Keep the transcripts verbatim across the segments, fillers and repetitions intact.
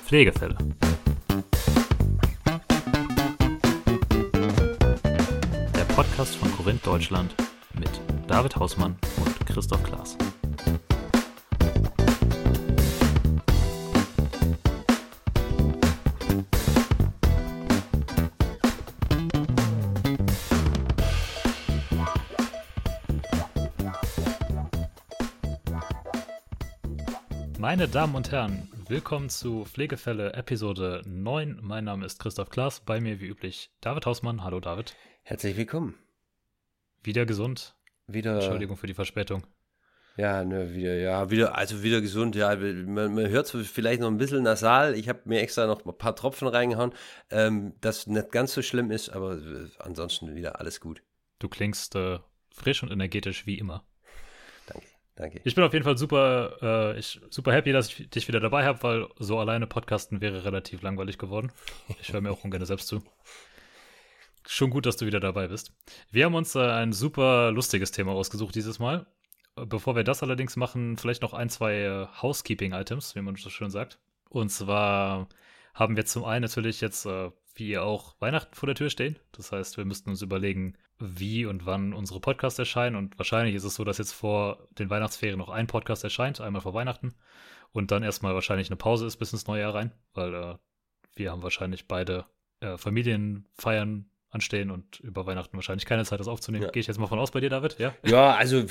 Pflegefälle. Der Podcast von Korinth Deutschland mit David Hausmann und Christoph Klaas. Meine Damen und Herren, willkommen zu Pflegefälle Episode neun. Mein Name ist Christoph Klaas, bei mir wie üblich David Hausmann. Hallo David. Herzlich willkommen. Wieder gesund. Wieder. Entschuldigung für die Verspätung. Ja, ne, wieder, ja, wieder, also wieder gesund, ja, man, man hört es vielleicht noch ein bisschen nasal, ich habe mir extra noch ein paar Tropfen reingehauen, ähm, das nicht ganz so schlimm ist, aber äh, ansonsten wieder alles gut. Du klingst äh, frisch und energetisch wie immer. Danke. Danke. Ich bin auf jeden Fall super, äh, ich, super happy, dass ich dich wieder dabei habe, weil so alleine podcasten wäre relativ langweilig geworden. Ich höre mir auch ungern selbst zu. Schon gut, dass du wieder dabei bist. Wir haben uns äh, ein super lustiges Thema ausgesucht dieses Mal. Bevor wir das allerdings machen, vielleicht noch ein, zwei äh, Housekeeping-Items, wie man so schön sagt. Und zwar haben wir zum einen natürlich jetzt, äh, wie ihr auch, Weihnachten vor der Tür stehen. Das heißt, wir müssten uns überlegen, wie und wann unsere Podcasts erscheinen. Und wahrscheinlich ist es so, dass jetzt vor den Weihnachtsferien noch ein Podcast erscheint, einmal vor Weihnachten. Und dann erstmal wahrscheinlich eine Pause ist bis ins neue Jahr rein, weil äh, wir haben wahrscheinlich beide äh, Familienfeiern anstehen und über Weihnachten wahrscheinlich keine Zeit, das aufzunehmen. Ja. Gehe ich jetzt mal von aus bei dir, David? Ja, ja, also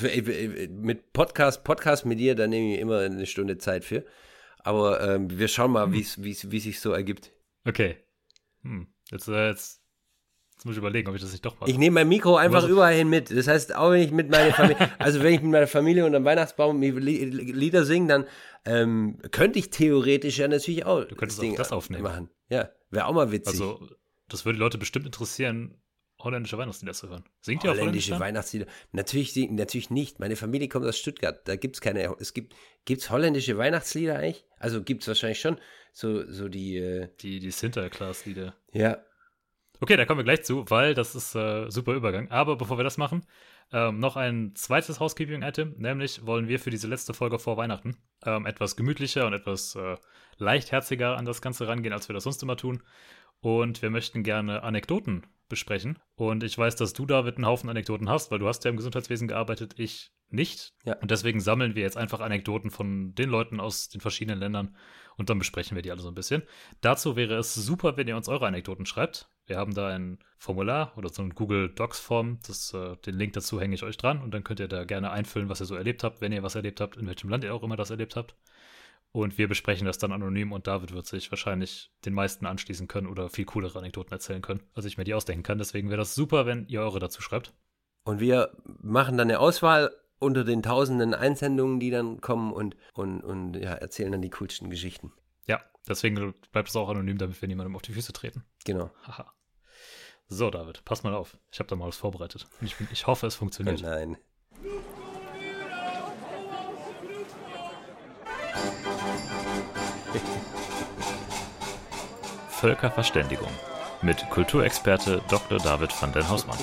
mit Podcast, Podcast mit dir, da nehme ich immer eine Stunde Zeit für. Aber ähm, wir schauen mal, hm. wie es sich so ergibt. Okay. Hm. Jetzt, äh, jetzt, jetzt muss ich überlegen, ob ich das nicht doch mache. Ich nehme mein Mikro einfach also, überall hin mit. Das heißt, auch wenn ich mit meiner Familie, also wenn ich mit meiner Familie unter dem Weihnachtsbaum Lieder singe, dann ähm, könnte ich theoretisch ja natürlich auch du könntest das, auch das aufnehmen. Machen. Ja, wäre auch mal witzig. Also, das würde die Leute bestimmt interessieren, holländische Weihnachtslieder zu hören. Singt ihr auch holländische Weihnachtslieder? Natürlich, natürlich nicht. Meine Familie kommt aus Stuttgart. Da gibt es keine. Es gibt gibt's holländische Weihnachtslieder eigentlich? Also gibt es wahrscheinlich schon. So, so die. Äh, die die Sinterklaas-Lieder. Ja. Okay, da kommen wir gleich zu, weil das ist äh, super Übergang. Aber bevor wir das machen, ähm, noch ein zweites Housekeeping-Item. Nämlich wollen wir für diese letzte Folge vor Weihnachten ähm, etwas gemütlicher und etwas äh, leichtherziger an das Ganze rangehen, als wir das sonst immer tun. Und wir möchten gerne Anekdoten besprechen. Und ich weiß, dass du, David, einen Haufen Anekdoten hast, weil du hast ja im Gesundheitswesen gearbeitet, ich nicht. Ja. Und deswegen sammeln wir jetzt einfach Anekdoten von den Leuten aus den verschiedenen Ländern und dann besprechen wir die alle so ein bisschen. Dazu wäre es super, wenn ihr uns eure Anekdoten schreibt. Wir haben da ein Formular oder so eine Google Docs-Form. Das, äh, den Link dazu hänge ich euch dran und dann könnt ihr da gerne einfüllen, was ihr so erlebt habt, wenn ihr was erlebt habt, in welchem Land ihr auch immer das erlebt habt. Und wir besprechen das dann anonym und David wird sich wahrscheinlich den meisten anschließen können oder viel coolere Anekdoten erzählen können, als ich mir die ausdenken kann. Deswegen wäre das super, wenn ihr eure dazu schreibt. Und wir machen dann eine Auswahl unter den tausenden Einsendungen, die dann kommen und, und, und ja, erzählen dann die coolsten Geschichten. Ja, deswegen bleibt es auch anonym, damit wir niemandem auf die Füße treten. Genau. Haha. So, David, pass mal auf. Ich habe da mal was vorbereitet. Und ich, bin, ich hoffe, es funktioniert. Oh nein. Völkerverständigung mit Kulturexperte Doktor David van den Hausmann.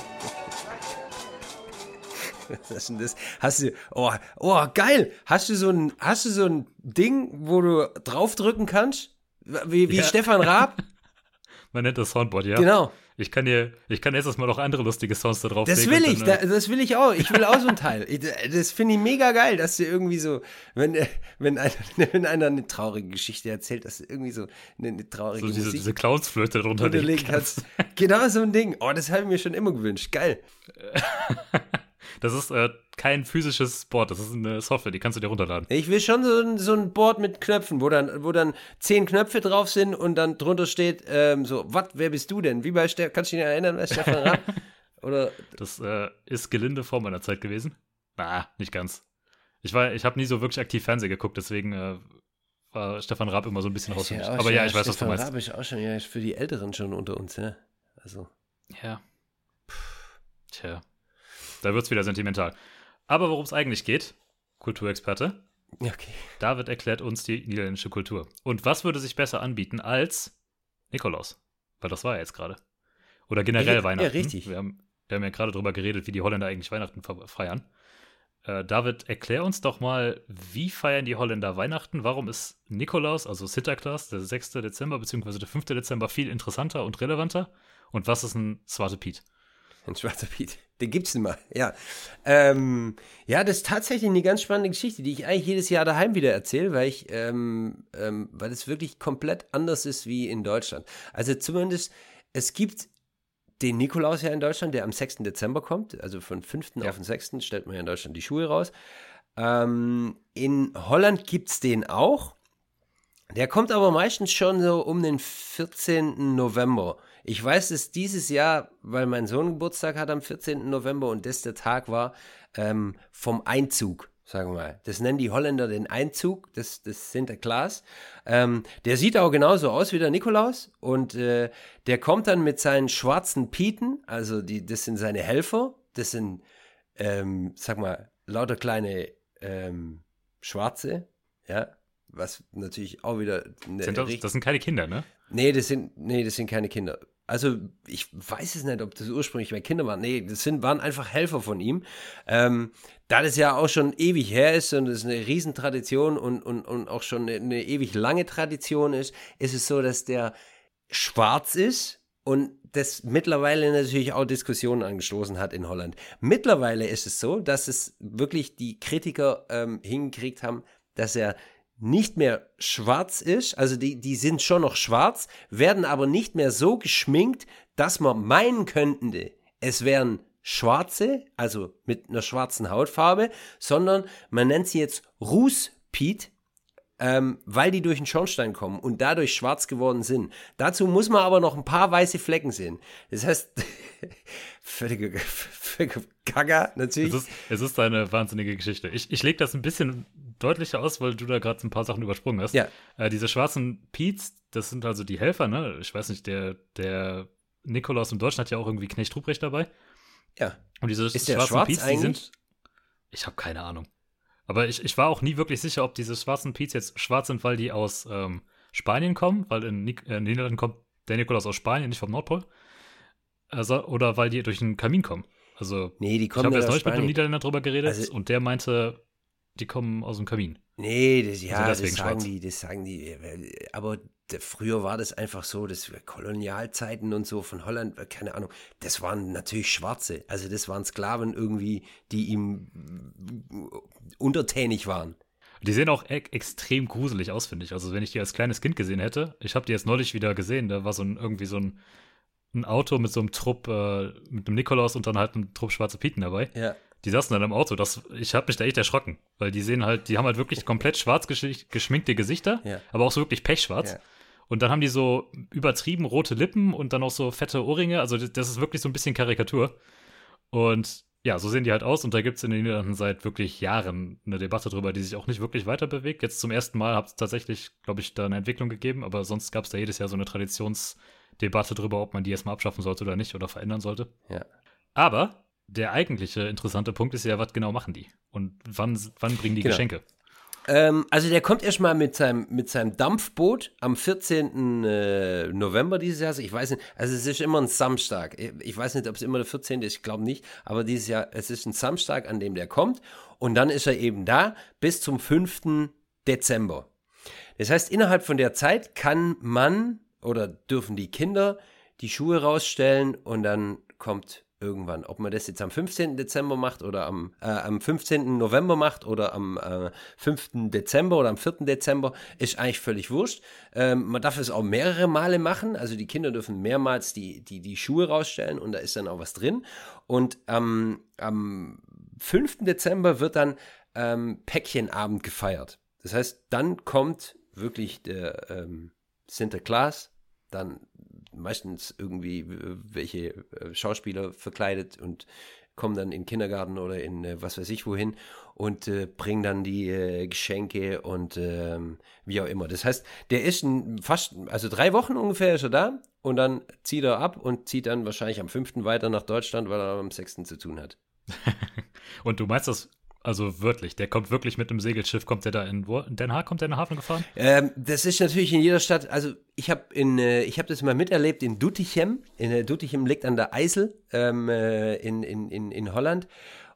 Was ist denn das? Hast du, oh, oh, geil! Hast du so ein, hast du so ein Ding, wo du draufdrücken kannst? Wie, wie ja. Stefan Raab? Man nennt das Soundboard, ja. Genau. Ich kann dir, ich kann jetzt mal noch andere lustige Sounds da drauf Das will ich, dann, das will ich auch. Ich will auch so ein Teil. Ich, das finde ich mega geil, dass du irgendwie so, wenn, wenn, einer, wenn einer eine traurige Geschichte erzählt, dass du irgendwie so eine, eine traurige so diese, Musik diese Clownsflöte drunter legen kannst. Genau so ein Ding. Oh, das habe ich mir schon immer gewünscht. Geil. Das ist äh, kein physisches Board, das ist eine Software, die kannst du dir runterladen. Ich will schon so ein, so ein Board mit Knöpfen, wo dann, wo dann zehn Knöpfe drauf sind und dann drunter steht, ähm, so, was, wer bist du denn? Wie bei Stefan, kannst du dich erinnern, bei Stefan Raab? Oder? Das äh, ist gelinde vor meiner Zeit gewesen. Na, nicht ganz. Ich war, ich habe nie so wirklich aktiv Fernsehen geguckt, deswegen äh, war Stefan Raab immer so ein bisschen raus für mich. Aber schon, ja, ich weiß, was du meinst. Stefan Raab ist auch schon, ja, ist für die Älteren schon unter uns, ja. Also. Ja. Puh. Tja. Da wird's wieder sentimental. Aber worum es eigentlich geht, Kulturexperte, okay. David erklärt uns die niederländische Kultur. Und was würde sich besser anbieten als Nikolaus? Weil das war ja jetzt gerade. Oder generell ja, Weihnachten. Ja, richtig. Wir haben, wir haben ja gerade drüber geredet, wie die Holländer eigentlich Weihnachten feiern. Äh, David, erklär uns doch mal, wie feiern die Holländer Weihnachten? Warum ist Nikolaus, also Sinterklaas, der sechste Dezember bzw. der fünfte Dezember viel interessanter und relevanter? Und was ist ein Zwarte Piet? Ein schwarzer Piet, den gibt's nicht mal, ja. Ähm, ja, das ist tatsächlich eine ganz spannende Geschichte, die ich eigentlich jedes Jahr daheim wieder erzähle, weil ich, ähm, ähm, weil es wirklich komplett anders ist wie in Deutschland. Also zumindest, es gibt den Nikolaus ja in Deutschland, der am sechsten Dezember kommt, also von fünften Ja. auf den sechsten stellt man ja in Deutschland die Schuhe raus. Ähm, in Holland gibt's den auch. Der kommt aber meistens schon so um den vierzehnten November. Ich weiß es dieses Jahr, weil mein Sohn Geburtstag hat am vierzehnten November und das der Tag war ähm, vom Einzug, sagen wir mal. Das nennen die Holländer den Einzug, das, das Sinterklaas. Ähm, der sieht auch genauso aus wie der Nikolaus und äh, der kommt dann mit seinen schwarzen Pieten, also die, das sind seine Helfer, das sind, ähm, sag mal, lauter kleine ähm, Schwarze, ja, was natürlich auch wieder eine Sind das, richt- das sind keine Kinder, ne? Nee, das sind, nee, das sind keine Kinder. Also, ich weiß es nicht, ob das ursprünglich meine Kinder waren. Nee, das sind, waren einfach Helfer von ihm. Ähm, da das ja auch schon ewig her ist und es eine Riesentradition und, und, und auch schon eine, eine ewig lange Tradition ist, ist es so, dass der schwarz ist und das mittlerweile natürlich auch Diskussionen angestoßen hat in Holland. Mittlerweile ist es so, dass es wirklich die Kritiker ähm, hingekriegt haben, dass er nicht mehr schwarz ist, also die, die sind schon noch schwarz, werden aber nicht mehr so geschminkt, dass man meinen könnte, es wären Schwarze, also mit einer schwarzen Hautfarbe, sondern man nennt sie jetzt Rußpiet, ähm, weil die durch den Schornstein kommen und dadurch schwarz geworden sind. Dazu muss man aber noch ein paar weiße Flecken sehen. Das heißt, völlige, völlige Gaga natürlich. Es ist, es ist eine wahnsinnige Geschichte. Ich, ich lege das ein bisschen deutlicher aus, weil du da gerade ein paar Sachen übersprungen hast. Ja. Äh, diese schwarzen Piets, das sind also die Helfer, ne? Ich weiß nicht, der, der Nikolaus im Deutschen hat ja auch irgendwie Knecht Ruprecht dabei. Ja. Und diese Ist der schwarzen schwarz Piets, die eigentlich? sind. Ich habe keine Ahnung. Aber ich, ich war auch nie wirklich sicher, ob diese schwarzen Piets jetzt schwarz sind, weil die aus ähm, Spanien kommen, weil in, Nik- äh, in den Niederlanden kommt der Nikolaus aus Spanien, nicht vom Nordpol. Also, oder weil die durch einen Kamin kommen. Also, Nee, die ich kommen habe nicht jetzt aus neulich mit einem Spanien. Niederländer drüber geredet Also- und der meinte, die kommen aus dem Kamin. Nee, das, ja, Also das deswegen sagen schwarz. die, das sagen die. Aber d- früher war das einfach so, dass wir Kolonialzeiten und so von Holland, äh, keine Ahnung, das waren natürlich Schwarze. Also das waren Sklaven irgendwie, die ihm äh, untertänig waren. Die sehen auch e extrem gruselig aus, finde ich. Also, wenn ich die als kleines Kind gesehen hätte, ich habe die jetzt neulich wieder gesehen, da war so ein, irgendwie so ein, ein Auto mit so einem Trupp, äh, mit einem Nikolaus und dann halt einem Trupp schwarze Pieten dabei. Ja. Die saßen dann im Auto. Das, ich habe mich da echt erschrocken, weil die sehen halt, die haben halt wirklich komplett schwarz gesch geschminkte Gesichter, Ja. aber auch so wirklich pechschwarz. Ja. Und dann haben die so übertrieben rote Lippen und dann auch so fette Ohrringe. Also das, das ist wirklich so ein bisschen Karikatur. Und ja, so sehen die halt aus. Und da gibt es in den Niederlanden seit wirklich Jahren eine Debatte drüber, die sich auch nicht wirklich weiter bewegt. Jetzt zum ersten Mal hat es tatsächlich, glaube ich, da eine Entwicklung gegeben. Aber sonst gab es da jedes Jahr so eine Traditionsdebatte drüber, ob man die erstmal abschaffen sollte oder nicht oder verändern sollte. Ja. Aber der eigentliche interessante Punkt ist ja, was genau machen die? Und wann, wann bringen die Genau. Geschenke? Ähm, also der kommt erstmal mit seinem, mit seinem Dampfboot am vierzehnten äh, November dieses Jahr. Ich weiß nicht, also es ist immer ein Samstag. Ich, ich weiß nicht, ob es immer der vierzehnte ist, ich glaube nicht. Aber dieses Jahr, es ist ein Samstag, an dem der kommt. Und dann ist er eben da bis zum fünften Dezember. Das heißt, innerhalb von der Zeit kann man oder dürfen die Kinder die Schuhe rausstellen und dann kommt irgendwann. Ob man das jetzt am fünfzehnten Dezember macht oder am, äh, am fünfzehnten November macht oder am äh, fünften Dezember oder am vierten Dezember, ist eigentlich völlig wurscht. Ähm, man darf es auch mehrere Male machen, also die Kinder dürfen mehrmals die, die, die Schuhe rausstellen und da ist dann auch was drin. Und ähm, am fünften Dezember wird dann ähm, Päckchenabend gefeiert. Das heißt, dann kommt wirklich der ähm, Sinterklaas, dann meistens irgendwie welche äh, Schauspieler verkleidet und kommen dann in den Kindergarten oder in äh, was weiß ich wohin und äh, bringen dann die äh, Geschenke und ähm, wie auch immer. Das heißt, der ist ein, fast, also drei Wochen ungefähr ist er da und dann zieht er ab und zieht dann wahrscheinlich am fünften weiter nach Deutschland, weil er am sechsten zu tun hat. Und du meinst das also wörtlich, der kommt wirklich mit einem Segelschiff, kommt der da in, wo, in Den Haag, kommt der in den Hafen gefahren? Ähm, das ist natürlich in jeder Stadt, also ich habe in, äh, ich habe das mal miterlebt in Doetinchem, in äh, Doetinchem liegt an der IJssel ähm, äh, in, in, in, in Holland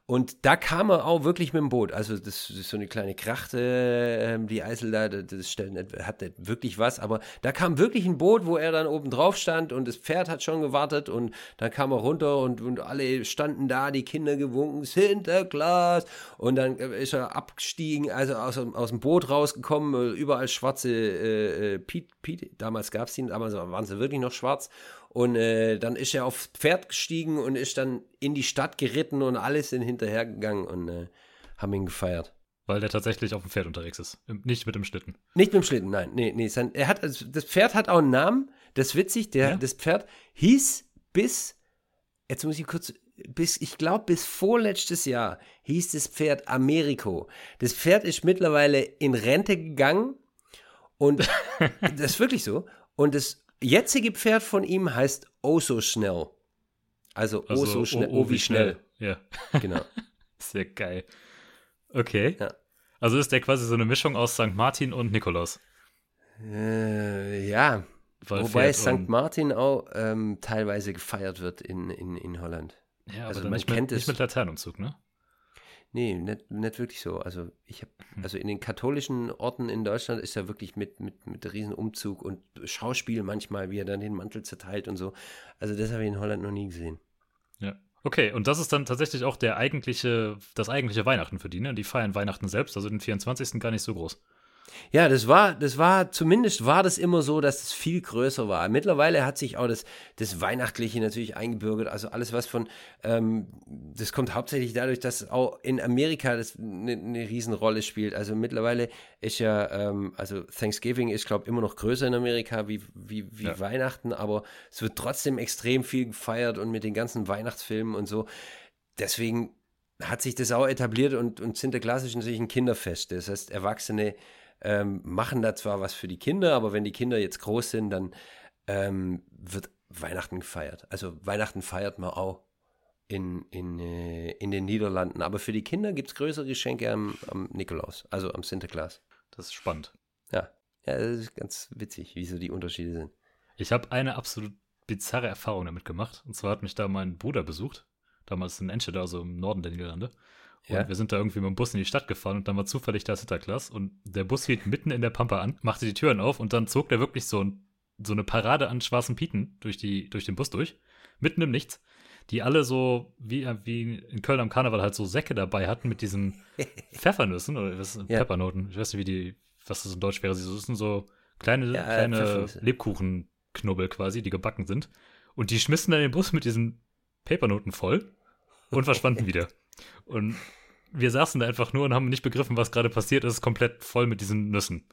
Und da kam er auch wirklich mit dem Boot. Also das ist so eine kleine Krachte, äh, die Eisel da, das stellt nicht, hat nicht wirklich was. Aber da kam wirklich ein Boot, wo er dann oben drauf stand und das Pferd hat schon gewartet. Und dann kam er runter und, und alle standen da, die Kinder gewunken, Sinterklaas. Und dann ist er abgestiegen, also aus, aus dem Boot rausgekommen, überall schwarze äh, Piet, Piet, damals gab es die, damals waren sie wirklich noch schwarz. Und äh, dann ist er aufs Pferd gestiegen und ist dann in die Stadt geritten und alle sind hinterhergegangen und äh, haben ihn gefeiert. Weil der tatsächlich auf dem Pferd unterwegs ist, nicht mit dem Schlitten. Nicht mit dem Schlitten, nein. Nee, nee, sein, er hat, also das Pferd hat auch einen Namen, das ist witzig, der, Ja? das Pferd hieß bis, jetzt muss ich kurz, bis, ich glaube bis vorletztes Jahr hieß das Pferd Americo. Das Pferd ist mittlerweile in Rente gegangen und das ist wirklich so. Und das jetzige Pferd von ihm heißt Oh so schnell. Also, Also, oh so schnell, oh, oh wie schnell. Ja, Genau. sehr geil. Okay. Ja. Also ist der quasi so eine Mischung aus Sankt Martin und Nikolaus. Äh, ja. Weil Wobei Pferd Sankt und- Martin auch ähm, teilweise gefeiert wird in, in, in Holland. Ja, aber Also dann man nicht, mit, kennt nicht es. mit Laternenumzug, ne? Nee, nicht, nicht wirklich so. Also ich habe, Hm. also in den katholischen Orten in Deutschland ist er wirklich mit, mit, mit riesen Umzug und Schauspiel manchmal, wie er dann den Mantel zerteilt und so. Also das habe ich in Holland noch nie gesehen. Ja. Okay, und das ist dann tatsächlich auch der eigentliche, das eigentliche Weihnachten für die, ne? Die feiern Weihnachten selbst, also den vierundzwanzigsten gar nicht so groß. Ja, das war, das war, zumindest war das immer so, dass es viel größer war. Mittlerweile hat sich auch das, das Weihnachtliche natürlich eingebürgert. Also alles, was von, ähm, das kommt hauptsächlich dadurch, dass auch in Amerika das eine, eine Riesenrolle spielt. Also mittlerweile ist ja, ähm, also Thanksgiving ist, glaube ich, immer noch größer in Amerika wie, wie, wie Ja. Weihnachten, aber es wird trotzdem extrem viel gefeiert und mit den ganzen Weihnachtsfilmen und so. Deswegen hat sich das auch etabliert und, und Sinterklaas ist natürlich ein Kinderfest. Das heißt, Erwachsene ähm, machen da zwar was für die Kinder, aber wenn die Kinder jetzt groß sind, dann ähm, wird Weihnachten gefeiert. Also Weihnachten feiert man auch in, in, äh, in den Niederlanden. Aber für die Kinder gibt es größere Geschenke am, am Nikolaus, also am Sinterklaas. Das ist spannend. Ja. Ja, das ist ganz witzig, wie so die Unterschiede sind. Ich habe eine absolut bizarre Erfahrung damit gemacht. Und zwar hat mich da mein Bruder besucht. Damals in Enschede, also im Norden der Niederlande. Und Ja. wir sind da irgendwie mit dem Bus in die Stadt gefahren und dann war zufällig da Sinterklaas und der Bus hielt mitten in der Pampa an, machte die Türen auf und dann zog der wirklich so, ein, so eine Parade an schwarzen Pieten durch, die, durch den Bus durch, mitten im Nichts, die alle so, wie, wie in Köln am Karneval halt so Säcke dabei hatten mit diesen Pfeffernüssen oder was, Ja. Peppernoten, ich weiß nicht, wie die, was das in Deutsch wäre, das sind so kleine, Ja, kleine Pfeffernüsse. Lebkuchenknubbel quasi, die gebacken sind und die schmissen dann den Bus mit diesen Peppernoten voll und verschwanden wieder. Und wir saßen da einfach nur und haben nicht begriffen, was gerade passiert ist, komplett voll mit diesen Nüssen.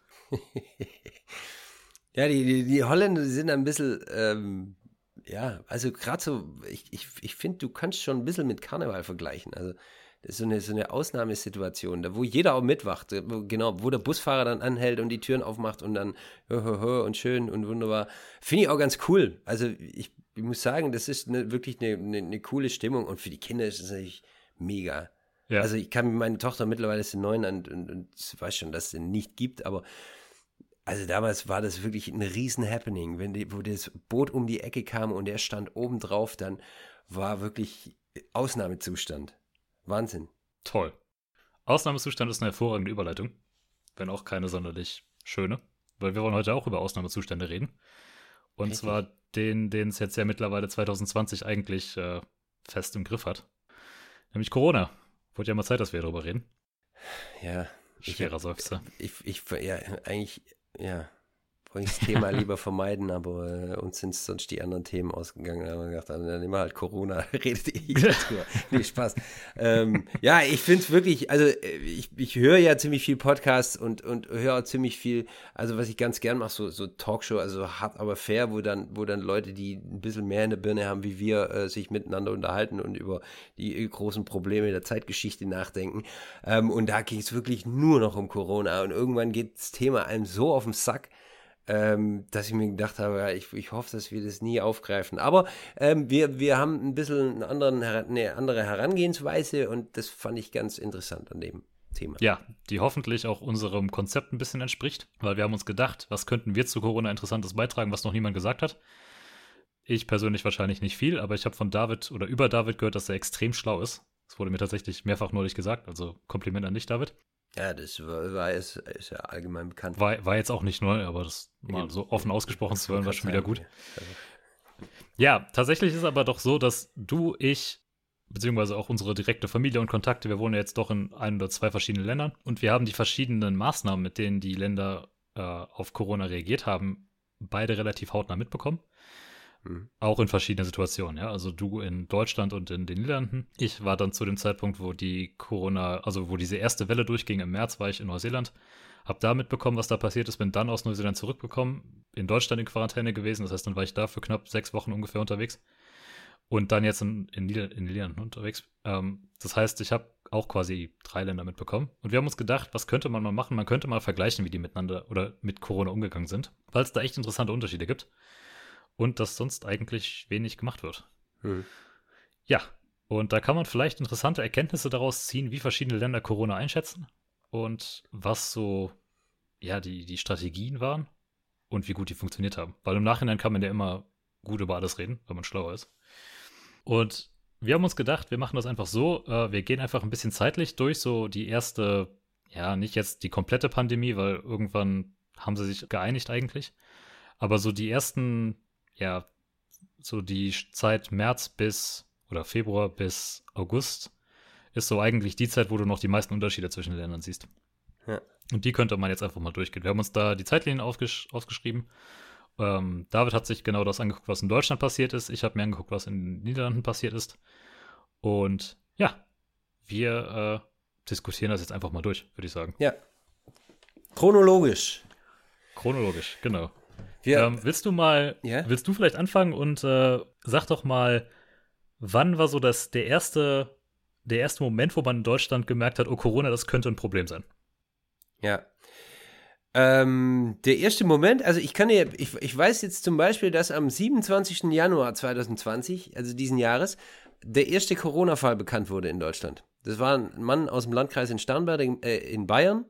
Ja, die, die, die Holländer die sind ein bisschen, ähm, ja, also gerade so, ich, ich, ich finde, du kannst schon ein bisschen mit Karneval vergleichen. Also das ist so eine, so eine Ausnahmesituation, da wo jeder auch mitwacht, wo, genau, wo der Busfahrer dann anhält und die Türen aufmacht und dann hö, hö, hö und schön und wunderbar. Finde ich auch ganz cool. Also ich, ich muss sagen, das ist eine, wirklich eine, eine, eine coole Stimmung und für die Kinder ist es natürlich mega. Ja. Also ich kann meine Tochter mittlerweile ist sie neun und, und, und weiß schon, dass es den nicht gibt, aber also damals war das wirklich ein riesen Happening, wenn die, wo das Boot um die Ecke kam und er stand oben drauf, dann war wirklich Ausnahmezustand. Wahnsinn. Toll. Ausnahmezustand ist eine hervorragende Überleitung, wenn auch keine sonderlich schöne, weil wir wollen heute auch über Ausnahmezustände reden. Und Richtig. zwar den, den es jetzt ja mittlerweile zwanzig zwanzig eigentlich äh, fest im Griff hat. Nämlich Corona. Wurde ja mal Zeit, dass wir darüber reden. Ja. Ich, Schwerer Seufzer. ich, ich, ja, eigentlich, ja, wollte ich das Thema lieber vermeiden, aber äh, uns sind sonst die anderen Themen ausgegangen. Da haben wir gedacht, dann nehmen wir halt Corona, redet eh drüber. Nee, Spaß. ähm, ja, ich finde es wirklich, also äh, ich, ich höre ja ziemlich viel Podcasts und, und höre auch ziemlich viel, also was ich ganz gern mache, so, so Talkshow, also hart aber fair, wo dann, wo dann Leute, die ein bisschen mehr in der Birne haben wie wir, äh, sich miteinander unterhalten und über die äh, großen Probleme der Zeitgeschichte nachdenken. Ähm, und da ging es wirklich nur noch um Corona und irgendwann geht das Thema einem so auf den Sack, Ähm, dass ich mir gedacht habe, ja, ich, ich hoffe, dass wir das nie aufgreifen. Aber ähm, wir, wir haben ein bisschen einen anderen, eine andere Herangehensweise und das fand ich ganz interessant an dem Thema. Ja, die hoffentlich auch unserem Konzept ein bisschen entspricht, weil wir haben uns gedacht, was könnten wir zu Corona Interessantes beitragen, was noch niemand gesagt hat. Ich persönlich wahrscheinlich nicht viel, aber ich habe von David oder über David gehört, dass er extrem schlau ist Das wurde mir tatsächlich mehrfach neulich gesagt, also Kompliment an dich, David. Ja, das war, war ist, ist ja allgemein bekannt. War, war jetzt auch nicht neu, aber das mal so offen ausgesprochen zu hören, war schon wieder gut. Also. Ja, tatsächlich ist es aber doch so, dass du, ich, beziehungsweise auch unsere direkte Familie und Kontakte, wir wohnen ja jetzt doch in ein oder zwei verschiedenen Ländern und wir haben die verschiedenen Maßnahmen, mit denen die Länder äh, auf Corona reagiert haben, beide relativ hautnah mitbekommen. Mhm. Auch in verschiedenen Situationen, ja. Also du in Deutschland und in den Niederlanden. Ich war dann zu dem Zeitpunkt, wo die Corona, also wo diese erste Welle durchging, im März war ich in Neuseeland. Hab da mitbekommen, was da passiert ist, bin dann aus Neuseeland zurückgekommen, in Deutschland in Quarantäne gewesen. Das heißt, dann war ich da für knapp sechs Wochen ungefähr unterwegs. Und dann jetzt in, in, Nieder- in den Niederlanden unterwegs. Ähm, das heißt, ich habe auch quasi drei Länder mitbekommen. Und wir haben uns gedacht, was könnte man mal machen? Man könnte mal vergleichen, wie die miteinander oder mit Corona umgegangen sind, weil es da echt interessante Unterschiede gibt. Und dass sonst eigentlich wenig gemacht wird. Hm. Ja, und da kann man vielleicht interessante Erkenntnisse daraus ziehen, wie verschiedene Länder Corona einschätzen und was so, ja, die, die Strategien waren und wie gut die funktioniert haben. Weil im Nachhinein kann man ja immer gut über alles reden, wenn man schlauer ist. Und wir haben uns gedacht, wir machen das einfach so, äh, wir gehen einfach ein bisschen zeitlich durch, so die erste, ja, nicht jetzt die komplette Pandemie, weil irgendwann haben sie sich geeinigt eigentlich, aber so die ersten, ja, so die Zeit März bis, oder Februar bis August ist so eigentlich die Zeit, wo du noch die meisten Unterschiede zwischen den Ländern siehst. Ja. Und die könnte man jetzt einfach mal durchgehen. Wir haben uns da die Zeitlinien aufgesch- aufgeschrieben. Ähm, David hat sich genau das angeguckt, was in Deutschland passiert ist. Ich habe mir angeguckt, was in den Niederlanden passiert ist. Und ja, wir äh, diskutieren das jetzt einfach mal durch, würde ich sagen. Ja. Chronologisch. Chronologisch, genau. Wir, ähm, willst du mal, yeah? willst du vielleicht anfangen und äh, sag doch mal, wann war so das, der erste, der erste Moment, wo man in Deutschland gemerkt hat, oh, Corona, das könnte ein Problem sein? Ja. Ähm, der erste Moment, also ich kann dir, ich, ich weiß jetzt zum Beispiel, dass am siebenundzwanzigsten Januar zweitausendzwanzig, also diesen Jahres, der erste Corona-Fall bekannt wurde in Deutschland. Das war ein Mann aus dem Landkreis in Starnberg in, äh, in Bayern.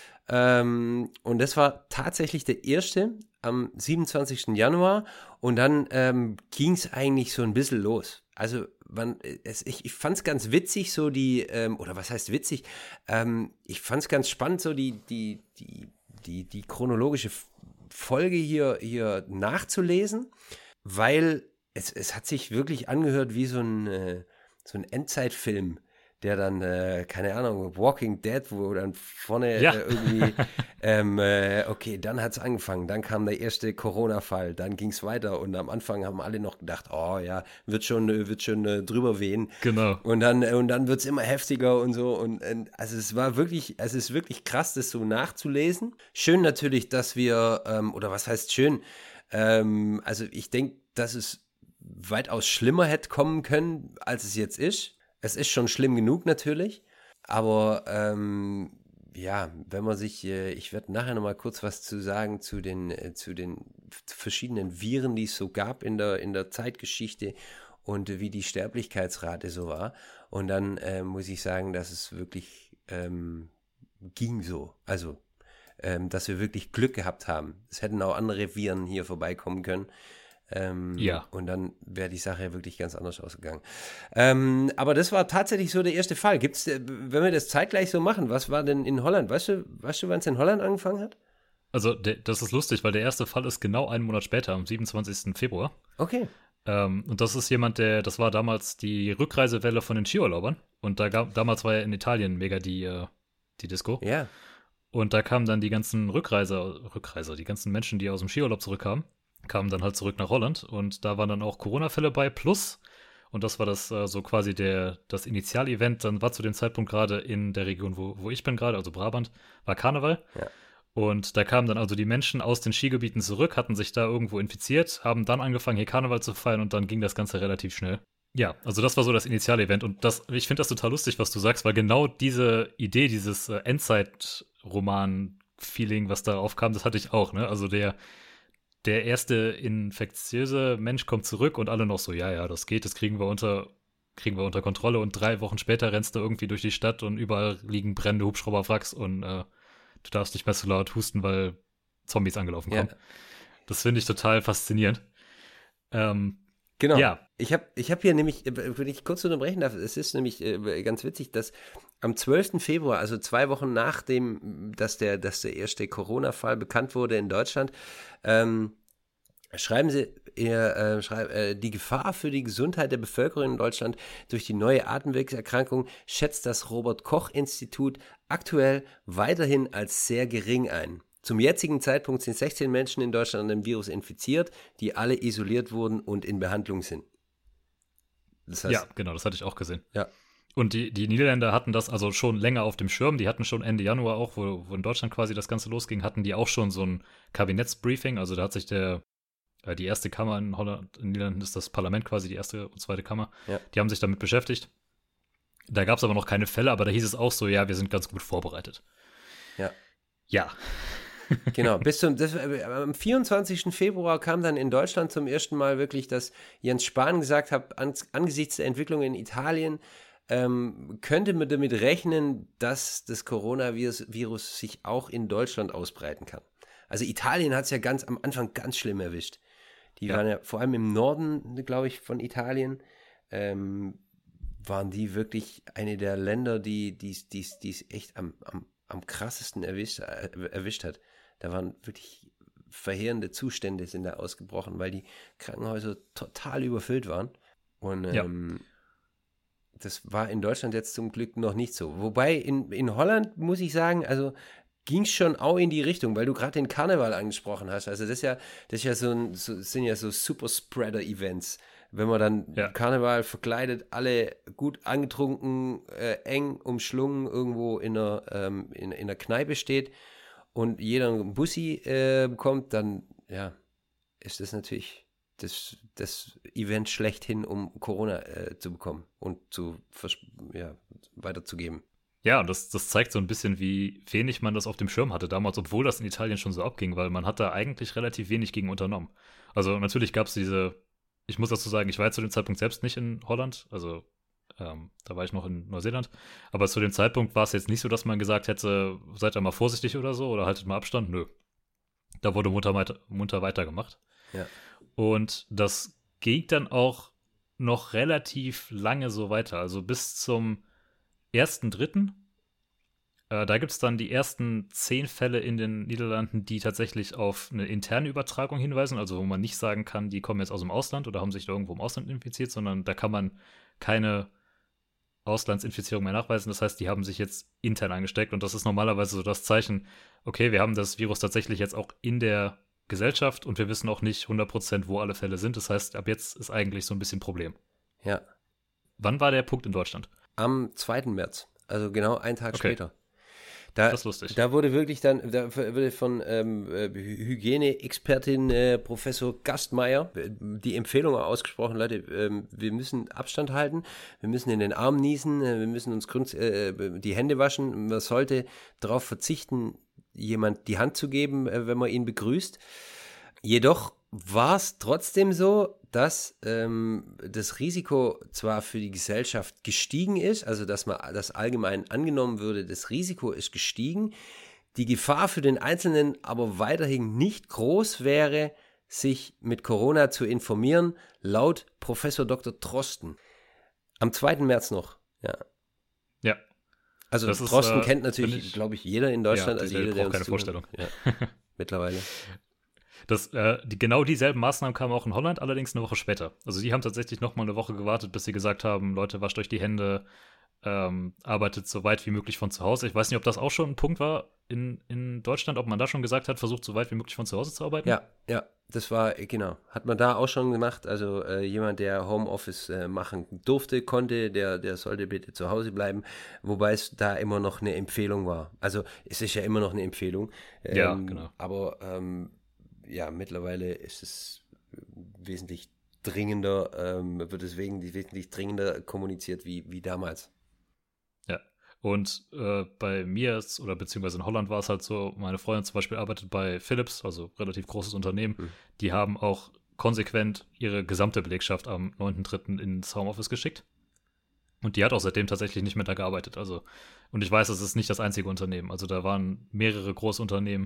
Ähm, und das war tatsächlich der erste am siebenundzwanzigsten Januar und dann ähm, ging es eigentlich so ein bisschen los. Also man, es, ich, ich fand es ganz witzig, so die, ähm, oder was heißt witzig, ähm, ich fand es ganz spannend, so die, die, die, die, die chronologische Folge hier, hier nachzulesen, weil es, es hat sich wirklich angehört wie so ein, äh, so ein Endzeitfilm, der dann, äh, keine Ahnung, Walking Dead, wo dann vorne ja. äh, irgendwie, ähm, äh, okay, dann hat es angefangen, dann kam der erste Corona-Fall, dann ging es weiter und am Anfang haben alle noch gedacht, oh ja, wird schon, wird schon äh, drüber wehen. Genau. Und dann, äh, und dann wird es immer heftiger und so und, und also es war wirklich, also es ist wirklich krass, das so nachzulesen. Schön natürlich, dass wir, ähm, oder was heißt schön, ähm, also ich denke, dass es weitaus schlimmer hätte kommen können, als es jetzt ist. Es ist schon schlimm genug natürlich, aber ähm, ja, wenn man sich, äh, ich werde nachher nochmal kurz was zu sagen zu den, äh, zu den verschiedenen Viren, die es so gab in der, in der Zeitgeschichte und äh, wie die Sterblichkeitsrate so war. Und dann äh, muss ich sagen, dass es wirklich ähm, ging so. Also, ähm, dass wir wirklich Glück gehabt haben. Es hätten auch andere Viren hier vorbeikommen können. Ähm, ja. Und dann wäre die Sache wirklich ganz anders ausgegangen. Ähm, aber das war tatsächlich so der erste Fall. Gibt's, wenn wir das zeitgleich so machen, was war denn in Holland? Weißt du, weißt du, wann es in Holland angefangen hat? Also, de, das ist lustig, weil der erste Fall ist genau einen Monat später, am siebenundzwanzigsten Februar. Okay. Ähm, und das ist jemand, der, das war damals die Rückreisewelle von den Skiurlaubern. Und da gab, damals war ja in Italien mega die, äh, die Disco. Ja. Und da kamen dann die ganzen Rückreiser, Rückreiser, die ganzen Menschen, die aus dem Skiurlaub zurückkamen, kamen dann halt zurück nach Holland und da waren dann auch Corona-Fälle bei, plus, und das war das äh, so quasi der, das Initialevent, dann war zu dem Zeitpunkt gerade in der Region, wo, wo ich bin gerade, also Brabant, war Karneval. Ja. Und da kamen dann also die Menschen aus den Skigebieten zurück, hatten sich da irgendwo infiziert, haben dann angefangen, hier Karneval zu feiern und dann ging das Ganze relativ schnell. Ja, also das war so das Initialevent und das, ich finde das total lustig, was du sagst, weil genau diese Idee, dieses äh, Endzeit-Roman-Feeling, was da aufkam, das hatte ich auch, ne? Also der Der erste infektiöse Mensch kommt zurück und alle noch so, ja, ja, das geht, das kriegen wir unter, kriegen wir unter Kontrolle. Und drei Wochen später rennst du irgendwie durch die Stadt und überall liegen brennende Hubschrauberwracks und äh, du darfst nicht mehr so laut husten, weil Zombies angelaufen kommen. Ja. Das finde ich total faszinierend. Ähm, Genau. Ja. Ich habe ich hab hier nämlich, wenn ich kurz unterbrechen darf, es ist nämlich äh, ganz witzig, dass am zwölften Februar, also zwei Wochen nachdem, dass der, dass der erste Corona-Fall bekannt wurde in Deutschland, ähm, schreiben sie, ihr, äh, schreib, äh, die Gefahr für die Gesundheit der Bevölkerung in Deutschland durch die neue Atemwegserkrankung schätzt das Robert-Koch-Institut aktuell weiterhin als sehr gering ein. Zum jetzigen Zeitpunkt sind sechzehn Menschen in Deutschland an dem Virus infiziert, die alle isoliert wurden und in Behandlung sind. Das heißt, ja, genau, das hatte ich auch gesehen. Ja. Und die, die Niederländer hatten das also schon länger auf dem Schirm. Die hatten schon Ende Januar auch, wo, wo in Deutschland quasi das Ganze losging, hatten die auch schon so ein Kabinettsbriefing. Also da hat sich der, äh, die erste Kammer in Holland, in den Niederlanden ist das Parlament quasi, die erste und zweite Kammer. Ja. Die haben sich damit beschäftigt. Da gab es aber noch keine Fälle, aber da hieß es auch so, ja, wir sind ganz gut vorbereitet. Ja. Ja. Genau, bis zum das, am vierundzwanzigsten Februar kam dann in Deutschland zum ersten Mal wirklich, dass Jens Spahn gesagt hat, an, angesichts der Entwicklung in Italien ähm, könnte man damit rechnen, dass das Coronavirus Virus sich auch in Deutschland ausbreiten kann. Also Italien hat es ja ganz am Anfang ganz schlimm erwischt. Die ja. waren ja vor allem im Norden, glaube ich, von Italien, ähm, waren die wirklich eine der Länder, die es echt am, am, am krassesten erwischt, äh, erwischt hat. Da waren wirklich verheerende Zustände sind da ausgebrochen, weil die Krankenhäuser total überfüllt waren. Und ähm, ja. das war in Deutschland jetzt zum Glück noch nicht so. Wobei in, in Holland, muss ich sagen, also ging es schon auch in die Richtung, weil du gerade den Karneval angesprochen hast. Also das ist ja, das ist ja so ein, so, sind ja so Super-Spreader-Events. Wenn man dann ja. Karneval verkleidet, alle gut angetrunken, äh, eng umschlungen irgendwo in einer, ähm, in, in einer Kneipe steht und jeder einen Bussi äh, bekommt, dann ja, ist das natürlich das, das Event schlechthin, um Corona äh, zu bekommen und zu ja, weiterzugeben. Ja, und das, das zeigt so ein bisschen, wie wenig man das auf dem Schirm hatte damals, obwohl das in Italien schon so abging, weil man hat da eigentlich relativ wenig gegen unternommen. Also natürlich gab es diese, ich muss dazu sagen, ich war ja zu dem Zeitpunkt selbst nicht in Holland, also ähm, da war ich noch in Neuseeland, aber zu dem Zeitpunkt war es jetzt nicht so, dass man gesagt hätte, seid einmal vorsichtig oder so oder haltet mal Abstand, nö. Da wurde munter, munter weitergemacht. Ja. Und das ging dann auch noch relativ lange so weiter, also bis zum ersten dritten Äh, da gibt es dann die ersten zehn Fälle in den Niederlanden, die tatsächlich auf eine interne Übertragung hinweisen, also wo man nicht sagen kann, die kommen jetzt aus dem Ausland oder haben sich da irgendwo im Ausland infiziert, sondern da kann man keine Auslandsinfizierung mehr nachweisen. Das heißt, die haben sich jetzt intern angesteckt und das ist normalerweise so das Zeichen, okay, wir haben das Virus tatsächlich jetzt auch in der Gesellschaft und wir wissen auch nicht hundert Prozent, wo alle Fälle sind. Das heißt, ab jetzt ist eigentlich so ein bisschen Problem. Ja. Wann war der Punkt in Deutschland? Am zweiten März, also genau einen Tag okay. später. Da, das ist lustig. Da wurde wirklich dann, da wurde von ähm, Hygiene-Expertin äh, Professor Gastmeier die Empfehlung ausgesprochen, Leute, ähm, wir müssen Abstand halten, wir müssen in den Arm niesen, wir müssen uns grund, äh, die Hände waschen, man sollte darauf verzichten, jemand die Hand zu geben, äh, wenn man ihn begrüßt. Jedoch war es trotzdem so, dass ähm, das Risiko zwar für die Gesellschaft gestiegen ist, also dass man das allgemein angenommen würde, das Risiko ist gestiegen, die Gefahr für den Einzelnen aber weiterhin nicht groß wäre, sich mit Corona zu informieren, laut Professor Doktor Drosten. Am zweiten März noch, ja. Ja. Also das Drosten ist, äh, kennt natürlich, glaube ich, jeder in Deutschland. Ja, also der jeder, der uns keine Vorstellung. Ja, mittlerweile. Das, äh, die, genau dieselben Maßnahmen kamen auch in Holland, allerdings eine Woche später. Also die haben tatsächlich noch mal eine Woche gewartet, bis sie gesagt haben, Leute, wascht euch die Hände, ähm, arbeitet so weit wie möglich von zu Hause. Ich weiß nicht, ob das auch schon ein Punkt war in, in Deutschland, ob man da schon gesagt hat, versucht so weit wie möglich von zu Hause zu arbeiten. Ja, ja, das war, genau, hat man da auch schon gemacht. Also äh, jemand, der Homeoffice äh, machen durfte, konnte, der, der sollte bitte zu Hause bleiben, wobei es da immer noch eine Empfehlung war. Also es ist ja immer noch eine Empfehlung. Ähm, ja, genau. Aber ähm, ja, mittlerweile ist es wesentlich dringender, ähm, wird es wegen, wesentlich dringender kommuniziert wie, wie damals. Ja, und äh, bei mir ist, oder beziehungsweise in Holland war es halt so, meine Freundin zum Beispiel arbeitet bei Philips, also relativ großes Unternehmen, mhm. die haben auch konsequent ihre gesamte Belegschaft am neunten dritten ins Homeoffice geschickt. Und die hat auch seitdem tatsächlich nicht mehr da gearbeitet. Also, und ich weiß, es ist nicht das einzige Unternehmen. Also da waren mehrere große Unternehmen,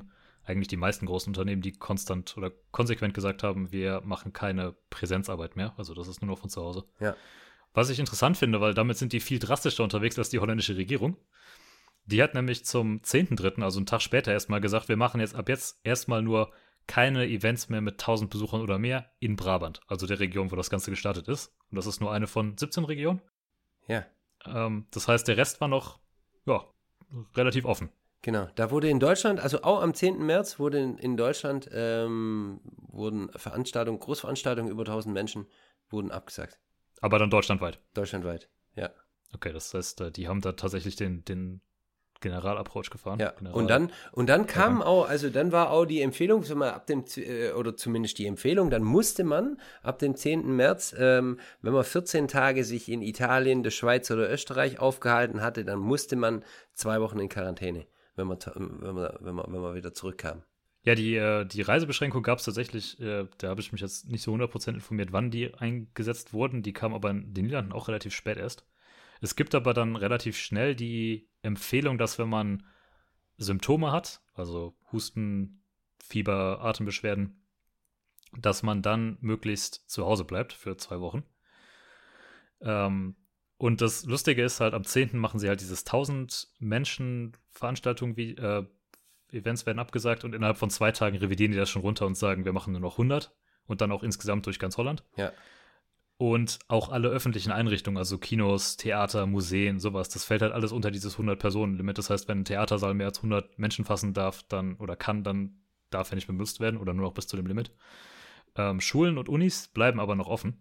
eigentlich die meisten großen Unternehmen, die konstant oder konsequent gesagt haben, wir machen keine Präsenzarbeit mehr. Also das ist nur noch von zu Hause. Ja. Was ich interessant finde, weil damit sind die viel drastischer unterwegs als die holländische Regierung. Die hat nämlich zum zehnten dritten, also einen Tag später erstmal gesagt, wir machen jetzt ab jetzt erstmal nur keine Events mehr mit tausend Besuchern oder mehr in Brabant, also der Region, wo das Ganze gestartet ist. Und das ist nur eine von siebzehn Regionen. Ja. Ähm, das heißt, der Rest war noch, ja, relativ offen. Genau, da wurde in Deutschland, also auch am zehnten März wurde in, in Deutschland, ähm, wurden Veranstaltungen, Großveranstaltungen über tausend Menschen wurden abgesagt. Aber dann deutschlandweit. Deutschlandweit, ja. Okay, das heißt, äh, die haben da tatsächlich den, den General-Approach gefahren. Ja, General und dann, und dann kam auch, also dann war auch die Empfehlung, sag mal, ab dem, äh, oder zumindest die Empfehlung, dann musste man ab dem zehnten März, ähm, wenn man vierzehn Tage sich in Italien, der Schweiz oder Österreich aufgehalten hatte, dann musste man zwei Wochen in Quarantäne, wenn man, wenn man, wenn man, wenn man wieder zurückkam. Ja, die, äh, die Reisebeschränkung gab es tatsächlich, äh, da habe ich mich jetzt nicht so hundert Prozent informiert, wann die eingesetzt wurden. Die kam aber in den Niederlanden auch relativ spät erst. Es gibt aber dann relativ schnell die Empfehlung, dass wenn man Symptome hat, also Husten, Fieber, Atembeschwerden, dass man dann möglichst zu Hause bleibt für zwei Wochen. Ähm, und das Lustige ist halt, am zehnten machen sie halt dieses tausend Menschen Veranstaltung, wie äh, Events werden abgesagt und innerhalb von zwei Tagen revidieren die das schon runter und sagen, wir machen nur noch hundert und dann auch insgesamt durch ganz Holland. Ja. Und auch alle öffentlichen Einrichtungen, also Kinos, Theater, Museen, sowas, das fällt halt alles unter dieses hundert-Personen-Limit. Das heißt, wenn ein Theatersaal mehr als hundert Menschen fassen darf, dann oder kann, dann darf er nicht mehr benutzt werden oder nur noch bis zu dem Limit. Ähm, Schulen und Unis bleiben aber noch offen.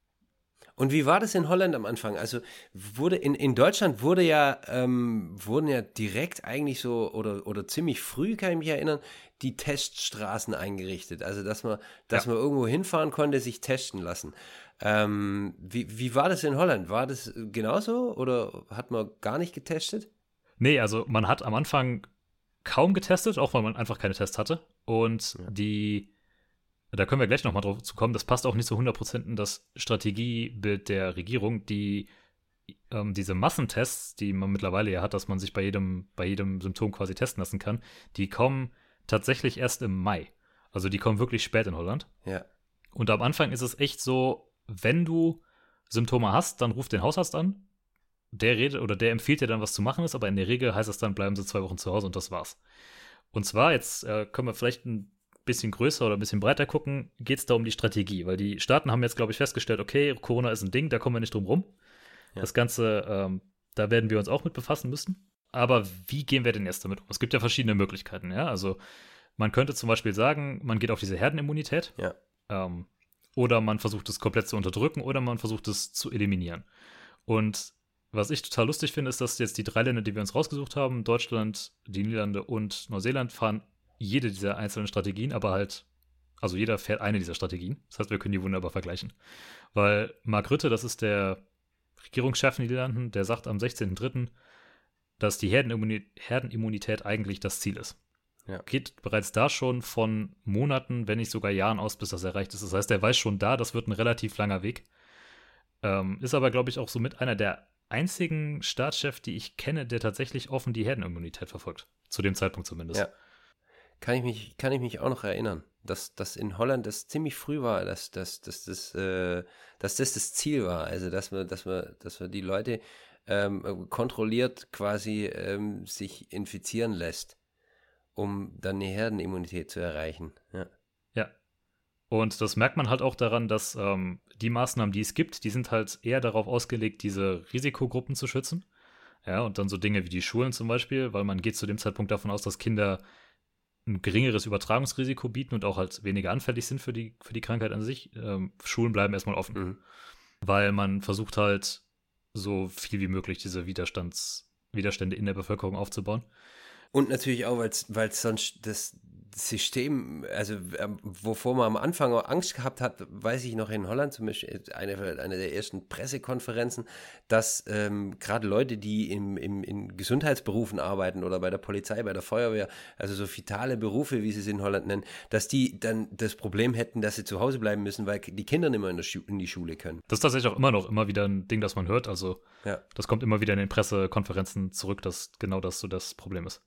Und wie war das in Holland am Anfang? Also wurde in, in Deutschland wurde ja, ähm, wurden ja direkt eigentlich so oder, oder ziemlich früh, kann ich mich erinnern, die Teststraßen eingerichtet. Also dass man, dass ja. man irgendwo hinfahren konnte, sich testen lassen. Ähm, wie, wie war das in Holland? War das genauso oder hat man gar nicht getestet? Nee, also man hat am Anfang kaum getestet, auch weil man einfach keine Tests hatte. Und ja. die Da können wir gleich nochmal drauf zu kommen. Das passt auch nicht zu hundert Prozent in das Strategiebild der Regierung. Die, ähm, diese Massentests, die man mittlerweile ja hat, dass man sich bei jedem, bei jedem Symptom quasi testen lassen kann, die kommen tatsächlich erst im Mai. Also die kommen wirklich spät in Holland. Ja. Und am Anfang ist es echt so, wenn du Symptome hast, dann ruf den Hausarzt an. Der redet oder der empfiehlt dir dann, was zu machen ist, aber in der Regel heißt es dann, bleiben Sie zwei Wochen zu Hause und das war's. Und zwar, jetzt äh, können wir vielleicht ein bisschen größer oder ein bisschen breiter gucken, geht es da um die Strategie, weil die Staaten haben jetzt, glaube ich, festgestellt, okay, Corona ist ein Ding, da kommen wir nicht drum rum. Ja. Das Ganze, ähm, da werden wir uns auch mit befassen müssen. Aber wie gehen wir denn jetzt damit um? Es gibt ja verschiedene Möglichkeiten, ja, also man könnte zum Beispiel sagen, man geht auf diese Herdenimmunität, ja. ähm, oder man versucht es komplett zu unterdrücken oder man versucht es zu eliminieren. Und was ich total lustig finde, ist, dass jetzt die drei Länder, die wir uns rausgesucht haben, Deutschland, die Niederlande und Neuseeland, fahren jede dieser einzelnen Strategien, aber halt, also jeder fährt eine dieser Strategien. Das heißt, wir können die wunderbar vergleichen. Weil Mark Rutte, das ist der Regierungschef in den Niederlanden, der sagt am sechzehnten dritten, dass die Herdenimmunität, Herdenimmunität eigentlich das Ziel ist. Ja. Geht bereits da schon von Monaten, wenn nicht sogar Jahren aus, bis das erreicht ist. Das heißt, er weiß schon da, das wird ein relativ langer Weg. Ähm, ist aber, glaube ich, auch somit einer der einzigen Staatschefs, die ich kenne, der tatsächlich offen die Herdenimmunität verfolgt. Zu dem Zeitpunkt zumindest. Ja. Kann ich mich, kann ich mich auch noch erinnern, dass das in Holland das ziemlich früh war, dass, dass, dass, das, äh, dass das das Ziel war. Also dass wir, dass wir, dass wir die Leute ähm, kontrolliert quasi ähm, sich infizieren lässt, um dann eine Herdenimmunität zu erreichen. Ja. Ja. Und das merkt man halt auch daran, dass ähm, die Maßnahmen, die es gibt, die sind halt eher darauf ausgelegt, diese Risikogruppen zu schützen. Ja, und dann so Dinge wie die Schulen zum Beispiel, weil man geht zu dem Zeitpunkt davon aus, dass Kinder ein geringeres Übertragungsrisiko bieten und auch halt weniger anfällig sind für die, für die Krankheit an sich. Ähm, Schulen bleiben erstmal offen, mhm. weil man versucht halt so viel wie möglich diese Widerstands, Widerstände in der Bevölkerung aufzubauen. Und natürlich auch, weil es sonst das System, also ähm, wovor man am Anfang auch Angst gehabt hat, weiß ich noch in Holland zum Beispiel, eine, eine der ersten Pressekonferenzen, dass ähm, gerade Leute, die im, im, in Gesundheitsberufen arbeiten oder bei der Polizei, bei der Feuerwehr, also so vitale Berufe, wie sie es in Holland nennen, dass die dann das Problem hätten, dass sie zu Hause bleiben müssen, weil die Kinder nicht mehr in, der Schu- in die Schule können. Das ist tatsächlich auch immer noch immer wieder ein Ding, das man hört, also ja. Das kommt immer wieder in den Pressekonferenzen zurück, dass genau das so das Problem ist.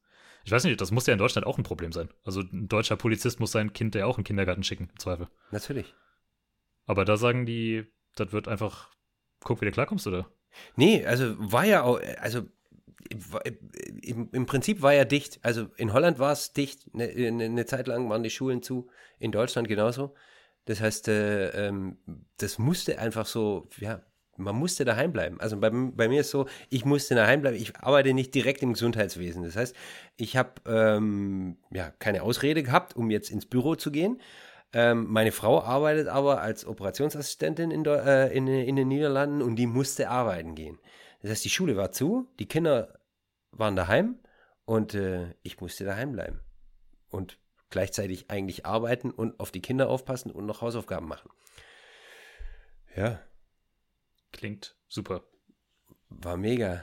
Ich weiß nicht, das muss ja in Deutschland auch ein Problem sein. Also ein deutscher Polizist muss sein Kind ja auch in den Kindergarten schicken, im Zweifel. Natürlich. Aber da sagen die, das wird einfach, guck, wie du klarkommst, oder? Nee, also war ja auch, also im, im Prinzip war ja dicht. Also in Holland war es dicht. Eine, eine Zeit lang waren die Schulen zu. In Deutschland genauso. Das heißt, äh, ähm, das musste einfach so, ja, man musste daheim bleiben. Also bei, bei mir ist so, ich musste daheim bleiben. Ich arbeite nicht direkt im Gesundheitswesen. Das heißt, ich habe ähm, ja keine Ausrede gehabt, um jetzt ins Büro zu gehen. Ähm, meine Frau arbeitet aber als Operationsassistentin in, äh, in, in den Niederlanden und die musste arbeiten gehen. Das heißt, die Schule war zu, die Kinder waren daheim und äh, ich musste daheim bleiben. Und gleichzeitig eigentlich arbeiten und auf die Kinder aufpassen und noch Hausaufgaben machen. Ja. Klingt super. War mega.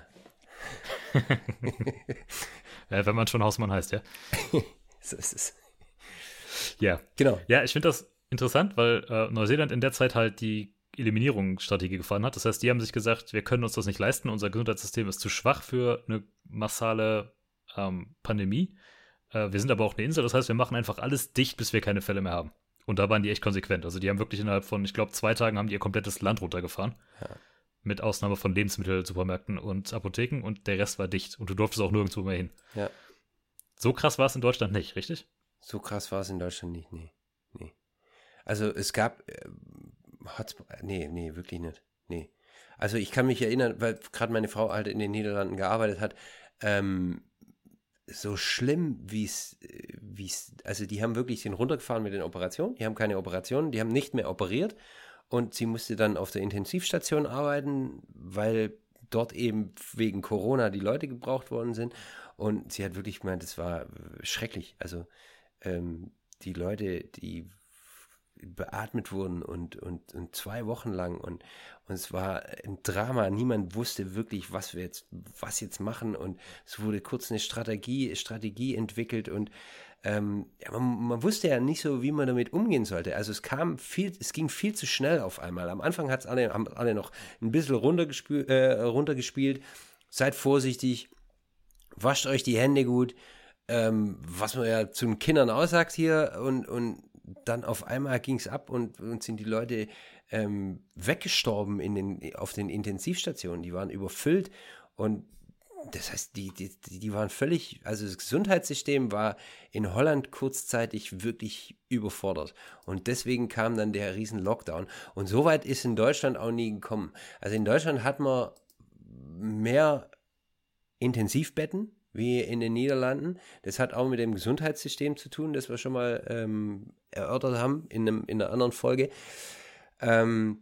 Ja, wenn man schon Hausmann heißt, ja. So ist es. Ja. Genau. Ja, ich finde das interessant, weil äh, Neuseeland in der Zeit halt die Eliminierungsstrategie gefahren hat. Das heißt, die haben sich gesagt, wir können uns das nicht leisten, unser Gesundheitssystem ist zu schwach für eine massale ähm, Pandemie. Äh, wir sind aber auch eine Insel, das heißt, wir machen einfach alles dicht, bis wir keine Fälle mehr haben. Und da waren die echt konsequent. Also die haben wirklich innerhalb von, ich glaube, zwei Tagen haben die ihr komplettes Land runtergefahren. Ja. Mit Ausnahme von Lebensmittelsupermärkten und Apotheken und der Rest war dicht. Und du durftest auch nirgendwo mehr hin. Ja. So krass war es in Deutschland nicht, richtig? So krass war es in Deutschland nicht, nee. nee. Also es gab, äh, Hotspot, nee, nee, wirklich nicht, nee. Also ich kann mich erinnern, weil gerade meine Frau halt in den Niederlanden gearbeitet hat, ähm, so schlimm, wie es, wie es, also die haben wirklich den runtergefahren mit den Operationen, die haben keine Operationen, die haben nicht mehr operiert und sie musste dann auf der Intensivstation arbeiten, weil dort eben wegen Corona die Leute gebraucht worden sind und sie hat wirklich gemeint, das war schrecklich, also ähm, die Leute, die beatmet wurden und, und, und zwei Wochen lang und, und es war ein Drama, niemand wusste wirklich, was wir jetzt, was jetzt machen und es wurde kurz eine Strategie, Strategie entwickelt und ähm, ja, man, man wusste ja nicht so, wie man damit umgehen sollte, also es kam viel, es ging viel zu schnell auf einmal, am Anfang hat's alle, haben alle noch ein bisschen runtergespielt, äh, runtergespielt, seid vorsichtig, wascht euch die Hände gut, ähm, was man ja zu den Kindern aussagt hier und, und dann auf einmal ging es ab und, und sind die Leute ähm, weggestorben in den, auf den Intensivstationen. Die waren überfüllt und das heißt, die, die, die waren völlig, also das Gesundheitssystem war in Holland kurzzeitig wirklich überfordert. Und deswegen kam dann der riesen Lockdown. Und so weit ist in Deutschland auch nie gekommen. Also in Deutschland hat man mehr Intensivbetten wie in den Niederlanden. Das hat auch mit dem Gesundheitssystem zu tun, das wir schon mal ähm, erörtert haben in, einem, in einer anderen Folge. Ähm,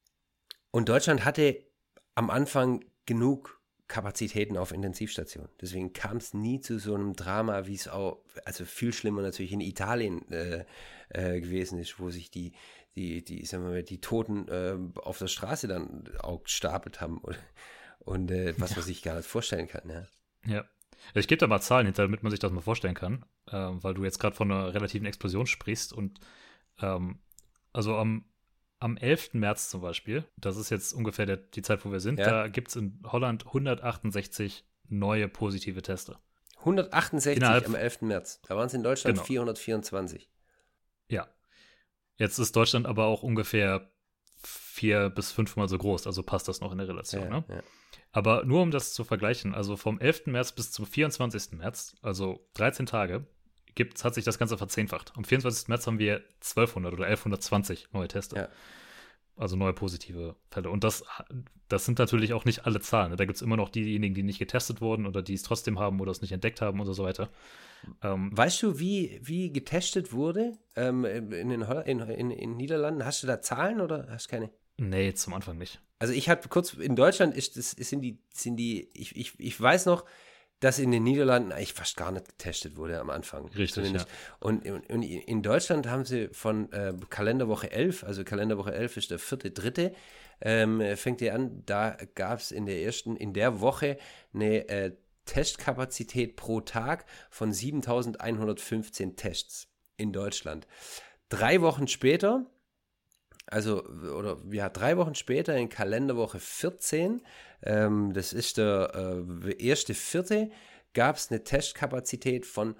und Deutschland hatte am Anfang genug Kapazitäten auf Intensivstationen. Deswegen kam es nie zu so einem Drama, wie es auch, also viel schlimmer natürlich in Italien äh, äh, gewesen ist, wo sich die, die, die, sagen wir mal, die Toten äh, auf der Straße dann auch gestapelt haben und, und äh, was man sich gar nicht vorstellen kann. Ja. Ja. Ich gebe da mal Zahlen hinter, damit man sich das mal vorstellen kann, äh, weil du jetzt gerade von einer relativen Explosion sprichst. Und ähm, also am, am elften März zum Beispiel, das ist jetzt ungefähr der, die Zeit, wo wir sind, ja. Da gibt es in Holland hundertachtundsechzig neue positive Teste. hundertachtundsechzig Innerhalb, am elften März. Da waren es in Deutschland genau. vierhundertvierundzwanzig. Ja. Jetzt ist Deutschland aber auch ungefähr vier bis fünfmal so groß, also passt das noch in der Relation. Ja, ne? ja. Aber nur um das zu vergleichen, also vom elften März bis zum vierundzwanzigsten März, also dreizehn Tage, gibt's, hat sich das Ganze verzehnfacht. Am vierundzwanzigsten März haben wir zwölfhundert oder elfhundertzwanzig neue Teste. Ja. Also neue positive Fälle. Und das, das sind natürlich auch nicht alle Zahlen. Da gibt es immer noch diejenigen, die nicht getestet wurden oder die es trotzdem haben oder es nicht entdeckt haben oder so weiter. Ähm, weißt du, wie, wie getestet wurde ähm, in den in, in, in Niederlanden? Hast du da Zahlen oder hast du keine? Nee, zum Anfang nicht. Also ich hatte kurz, in Deutschland ist das, sind die, sind die, ich, ich, ich weiß noch, dass in den Niederlanden eigentlich fast gar nicht getestet wurde am Anfang. Richtig, ja. Und, und, und in Deutschland haben sie von äh, Kalenderwoche elf, also Kalenderwoche elf ist der vierte, dritte, ähm, fängt ihr an, da gab es in der ersten, in der Woche eine äh, Testkapazität pro Tag von siebentausendeinhundertfünfzehn Tests in Deutschland. Drei Wochen später, also, oder ja, drei Wochen später in Kalenderwoche vierzehn, ähm, das ist der äh, erste Vierte, gab es eine Testkapazität von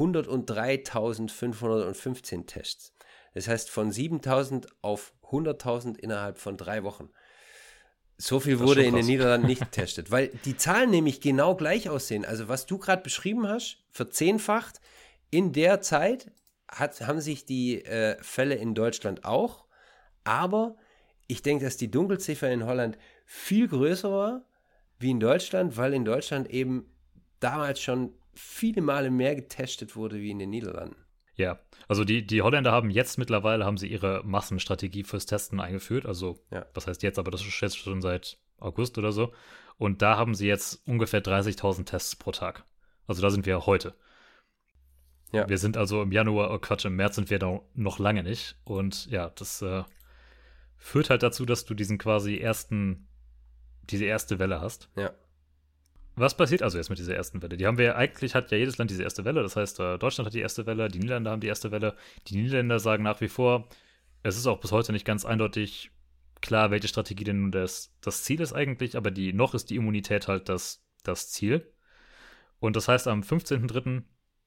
hundertdreitausendfünfhundertfünfzehn Tests. Das heißt von siebentausend auf hunderttausend innerhalb von drei Wochen. So viel wurde in den Niederlanden nicht getestet, weil die Zahlen nämlich genau gleich aussehen. Also was du gerade beschrieben hast, verzehnfacht, in der Zeit hat, haben sich die äh, Fälle in Deutschland auch, aber ich denke, dass die Dunkelziffer in Holland viel größer war wie in Deutschland, weil in Deutschland eben damals schon viele Male mehr getestet wurde wie in den Niederlanden. Ja, also die, die Holländer haben jetzt mittlerweile, haben sie ihre Massenstrategie fürs Testen eingeführt. Also, ja. Was heißt jetzt, aber das ist jetzt schon seit August oder so. Und da haben sie jetzt ungefähr dreißigtausend Tests pro Tag. Also da sind wir heute. Ja. Wir sind also im Januar, oh Quatsch, im März sind wir da noch lange nicht. Und ja, das äh, führt halt dazu, dass du diesen quasi ersten, diese erste Welle hast. Ja. Was passiert also jetzt mit dieser ersten Welle? Die haben wir, eigentlich hat ja jedes Land diese erste Welle, das heißt, Deutschland hat die erste Welle, die Niederländer haben die erste Welle. Die Niederländer sagen nach wie vor, es ist auch bis heute nicht ganz eindeutig klar, welche Strategie denn nun das, das Ziel ist eigentlich, aber die, noch ist die Immunität halt das, das Ziel. Und das heißt, am fünfzehnten dritten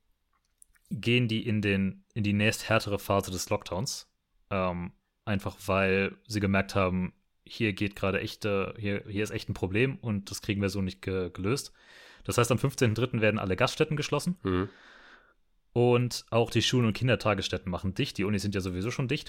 gehen die in, den, in die nächst härtere Phase des Lockdowns. Ähm, einfach weil sie gemerkt haben, hier geht gerade echt, äh, hier, hier ist echt ein Problem und das kriegen wir so nicht ge- gelöst. Das heißt, am fünfzehnten dritten werden alle Gaststätten geschlossen mhm. und auch die Schulen und Kindertagesstätten machen dicht. Die Unis sind ja sowieso schon dicht.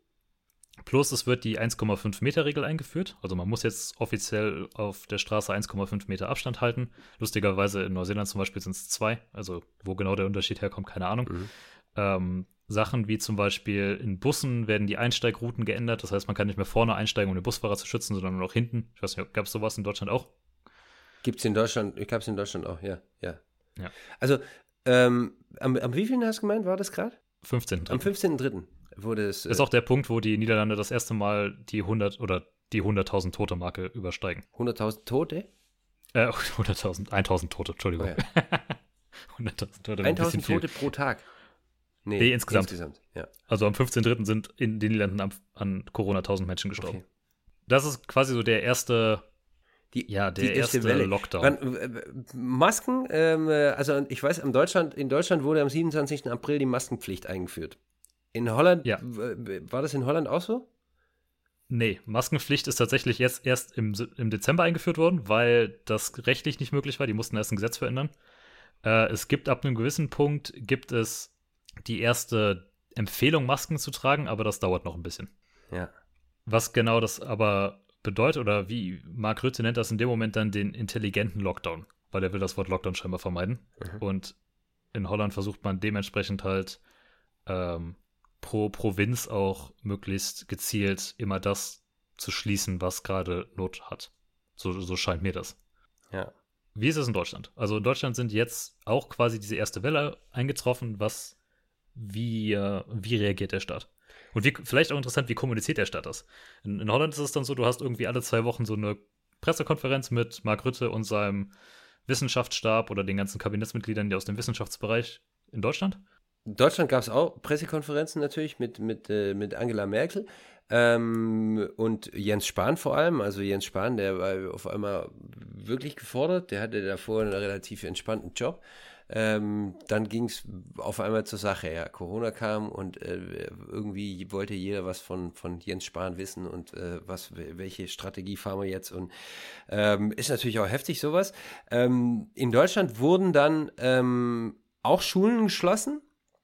Plus es wird die eins Komma fünf Meter Regel eingeführt. Also man muss jetzt offiziell auf der Straße eins Komma fünf Meter Abstand halten. Lustigerweise in Neuseeland zum Beispiel sind es zwei. Also wo genau der Unterschied herkommt, keine Ahnung. Mhm. Ähm, Sachen wie zum Beispiel in Bussen werden die Einsteigrouten geändert. Das heißt, man kann nicht mehr vorne einsteigen, um den Busfahrer zu schützen, sondern nur noch hinten. Ich weiß nicht, gab es sowas in Deutschland auch? Gibt es in Deutschland, ich glaube es in Deutschland auch, ja. ja. ja. Also, ähm, am, am wievielten hast du gemeint, war das gerade? fünfzehnten Am fünfzehnten dritten wurde es. Äh, ist auch der Punkt, wo die Niederlande das erste Mal die hundert oder die hunderttausend Tote Marke übersteigen. hunderttausend Tote? Äh, hunderttausend, tausend Tote, Entschuldigung. Oh ja. hunderttausend Tote, tausend Tote pro Tag. Nee, nee insgesamt. insgesamt ja. Also am fünfzehnten dritten sind in den Niederlanden an, an Corona tausend Menschen gestorben. Okay. Das ist quasi so der erste, die, ja, der die erste, erste Welle. Lockdown. Man, äh, Masken, ähm, also ich weiß, in Deutschland, in Deutschland wurde am siebenundzwanzigsten April die Maskenpflicht eingeführt. In Holland, ja. war das in Holland auch so? Nee, Maskenpflicht ist tatsächlich jetzt erst im, im Dezember eingeführt worden, weil das rechtlich nicht möglich war. Die mussten erst ein Gesetz verändern. Äh, es gibt ab einem gewissen Punkt, gibt es die erste Empfehlung, Masken zu tragen, aber das dauert noch ein bisschen. Ja. Was genau das aber bedeutet, oder wie Mark Rutte nennt das in dem Moment dann den intelligenten Lockdown, weil er will das Wort Lockdown scheinbar vermeiden. Mhm. Und in Holland versucht man dementsprechend halt ähm, pro Provinz auch möglichst gezielt immer das zu schließen, was gerade Not hat. So, so scheint mir das. Ja. Wie ist es in Deutschland? Also in Deutschland sind jetzt auch quasi diese erste Welle eingetroffen. Was, wie, äh, wie reagiert der Staat? Und wie, vielleicht auch interessant, wie kommuniziert der Staat das? In, in Holland ist es dann so, du hast irgendwie alle zwei Wochen so eine Pressekonferenz mit Mark Rutte und seinem Wissenschaftsstab oder den ganzen Kabinettsmitgliedern, die aus dem Wissenschaftsbereich in Deutschland. In Deutschland gab es auch Pressekonferenzen natürlich mit, mit, äh, mit Angela Merkel ähm, und Jens Spahn vor allem. Also Jens Spahn, der war auf einmal wirklich gefordert. Der hatte davor einen relativ entspannten Job. Ähm, dann ging es auf einmal zur Sache. Ja, Corona kam und äh, irgendwie wollte jeder was von, von Jens Spahn wissen und äh, was, welche Strategie fahren wir jetzt. Und ähm, ist natürlich auch heftig sowas. Ähm, in Deutschland wurden dann ähm, auch Schulen geschlossen.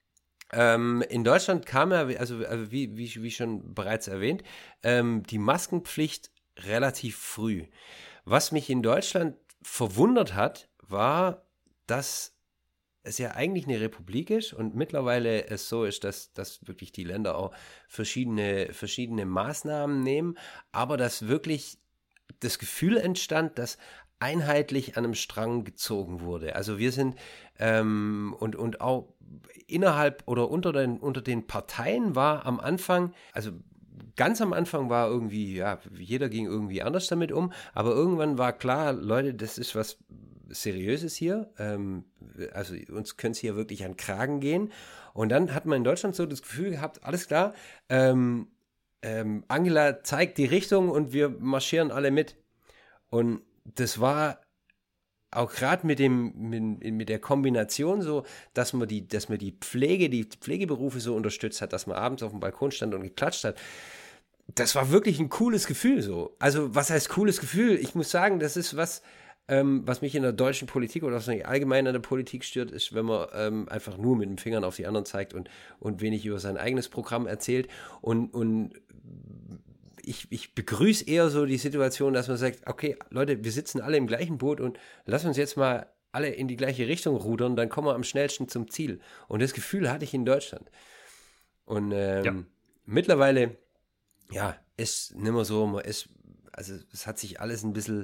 Ähm, in Deutschland kam ja, also, also wie, wie, wie schon bereits erwähnt, ähm, die Maskenpflicht relativ früh. Was mich in Deutschland verwundert hat, war, dass es ja eigentlich eine Republik ist und mittlerweile es so ist, dass, dass wirklich die Länder auch verschiedene, verschiedene Maßnahmen nehmen, aber dass wirklich das Gefühl entstand, dass einheitlich an einem Strang gezogen wurde. Also wir sind ähm, und, und auch innerhalb oder unter den, unter den Parteien war am Anfang, also ganz am Anfang war irgendwie, ja, jeder ging irgendwie anders damit um, aber irgendwann war klar, Leute, das ist was Seriöses hier, ähm, also uns könnte es hier wirklich an den Kragen gehen. Und dann hat man in Deutschland so das Gefühl gehabt, alles klar, ähm, ähm, Angela zeigt die Richtung und wir marschieren alle mit. Und das war auch gerade mit dem, mit, mit der Kombination so, dass man die, dass man die Pflege, die Pflegeberufe so unterstützt hat, dass man abends auf dem Balkon stand und geklatscht hat. Das war wirklich ein cooles Gefühl so. Also, was heißt cooles Gefühl? Ich muss sagen, das ist was, ähm, was mich in der deutschen Politik oder was mich allgemein in der Politik stört, ist, wenn man ähm, einfach nur mit den Fingern auf die anderen zeigt und, und wenig über sein eigenes Programm erzählt. Und, und ich, ich begrüße eher so die Situation, dass man sagt, okay, Leute, wir sitzen alle im gleichen Boot und lass uns jetzt mal alle in die gleiche Richtung rudern, dann kommen wir am schnellsten zum Ziel. Und das Gefühl hatte ich in Deutschland. Und ähm, ja. mittlerweile ja, ist nicht mehr so, man ist, also es hat sich alles ein bisschen,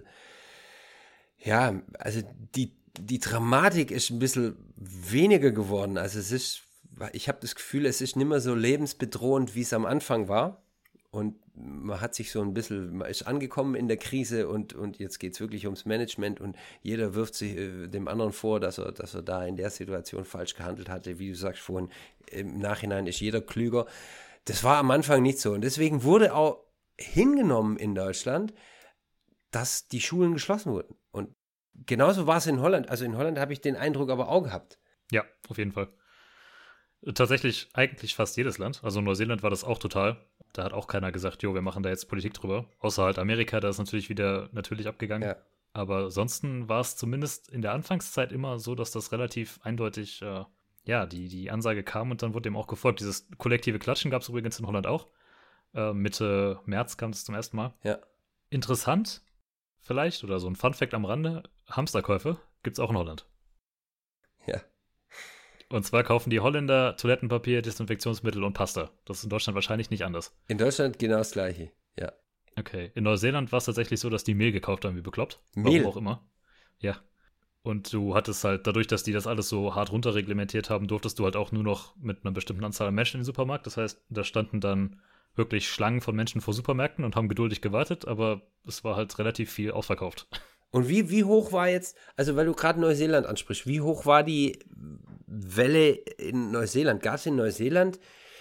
ja, also die, die Dramatik ist ein bisschen weniger geworden. Also es ist, ich habe das Gefühl, es ist nicht mehr so lebensbedrohend, wie es am Anfang war. Und man hat sich so ein bisschen, man ist angekommen in der Krise und, und jetzt geht es wirklich ums Management und jeder wirft sich äh, dem anderen vor, dass er, dass er da in der Situation falsch gehandelt hatte. Wie du sagst vorhin, im Nachhinein ist jeder klüger. Das war am Anfang nicht so. Und deswegen wurde auch hingenommen in Deutschland, dass die Schulen geschlossen wurden. Und genauso war es in Holland. Also in Holland habe ich den Eindruck aber auch gehabt. Ja, auf jeden Fall. Tatsächlich eigentlich fast jedes Land. Also in Neuseeland war das auch total. Da hat auch keiner gesagt, jo, wir machen da jetzt Politik drüber. Außer halt Amerika, da ist natürlich wieder natürlich abgegangen. Ja. Aber ansonsten war es zumindest in der Anfangszeit immer so, dass das relativ eindeutig äh, ja, die, die Ansage kam und dann wurde dem auch gefolgt. Dieses kollektive Klatschen gab es übrigens in Holland auch. Äh, Mitte März kam es zum ersten Mal. Ja. Interessant vielleicht, oder so ein Funfact am Rande, Hamsterkäufe gibt es auch in Holland. Ja. Und zwar kaufen die Holländer Toilettenpapier, Desinfektionsmittel und Pasta. Das ist in Deutschland wahrscheinlich nicht anders. In Deutschland genau das Gleiche, ja. Okay. In Neuseeland war es tatsächlich so, dass die Mehl gekauft haben, wie bekloppt. Mehl? Warum auch immer. Ja. Und du hattest halt, dadurch, dass die das alles so hart runterreglementiert haben, durftest du halt auch nur noch mit einer bestimmten Anzahl an Menschen in den Supermarkt. Das heißt, da standen dann wirklich Schlangen von Menschen vor Supermärkten und haben geduldig gewartet, aber es war halt relativ viel ausverkauft. Und wie, wie hoch war jetzt, also weil du gerade Neuseeland ansprichst, wie hoch war die Welle in Neuseeland? Gab es in Neuseeland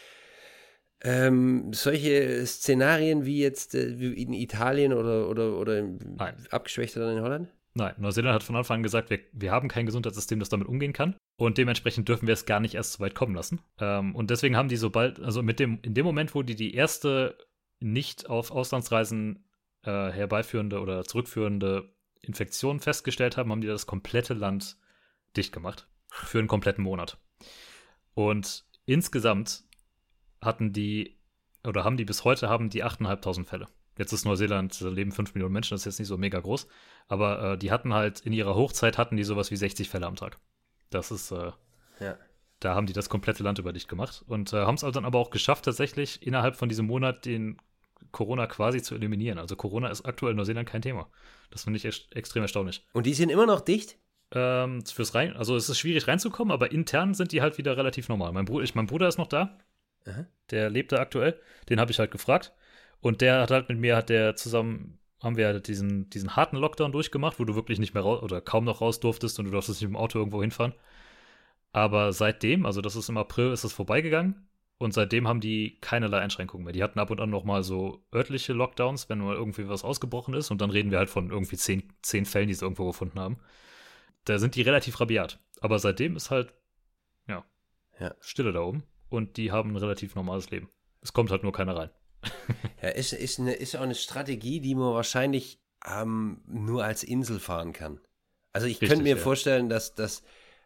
ähm, solche Szenarien wie jetzt äh, wie in Italien oder, oder, oder abgeschwächter dann in Holland? Nein, Neuseeland hat von Anfang an gesagt, wir, wir haben kein Gesundheitssystem, das damit umgehen kann. Und dementsprechend dürfen wir es gar nicht erst so weit kommen lassen. Ähm, und deswegen haben die sobald, also mit dem, in dem Moment, wo die die erste nicht auf Auslandsreisen äh, herbeiführende oder zurückführende Infektion festgestellt haben, haben die das komplette Land dicht gemacht. Für einen kompletten Monat. Und insgesamt hatten die, oder haben die bis heute, haben die achttausendfünfhundert Fälle. Jetzt ist Neuseeland, da leben fünf Millionen Menschen, das ist jetzt nicht so mega groß. Aber äh, die hatten halt, in ihrer Hochzeit hatten die sowas wie sechzig Fälle am Tag. Das ist, äh, ja. Da haben die das komplette Land über dicht gemacht. Und äh, haben es dann aber auch geschafft, tatsächlich innerhalb von diesem Monat den Corona quasi zu eliminieren. Also Corona ist aktuell in Neuseeland kein Thema. Das finde ich echt, extrem erstaunlich. Und die sind immer noch dicht? Ähm, fürs rein, also es ist schwierig reinzukommen, aber intern sind die halt wieder relativ normal. Mein Bruder, ich, mein Bruder ist noch da. Aha. Der lebt da aktuell. Den habe ich halt gefragt. Und der hat halt mit mir, hat der zusammen, haben wir halt diesen, diesen harten Lockdown durchgemacht, wo du wirklich nicht mehr raus oder kaum noch raus durftest und du durftest nicht mit dem Auto irgendwo hinfahren. Aber seitdem, also das ist im April, ist es vorbeigegangen. Und seitdem haben die keinerlei Einschränkungen mehr. Die hatten ab und an noch mal so örtliche Lockdowns, wenn mal irgendwie was ausgebrochen ist. Und dann reden wir halt von irgendwie zehn, zehn Fällen, die sie irgendwo gefunden haben. Da sind die relativ rabiat. Aber seitdem ist halt, ja, ja. Stille da oben. Und die haben ein relativ normales Leben. Es kommt halt nur keiner rein. Ja, ist, ist, eine, ist auch eine Strategie, die man wahrscheinlich ähm, nur als Insel fahren kann. Also ich Richtig, könnte mir ja. vorstellen, dass, dass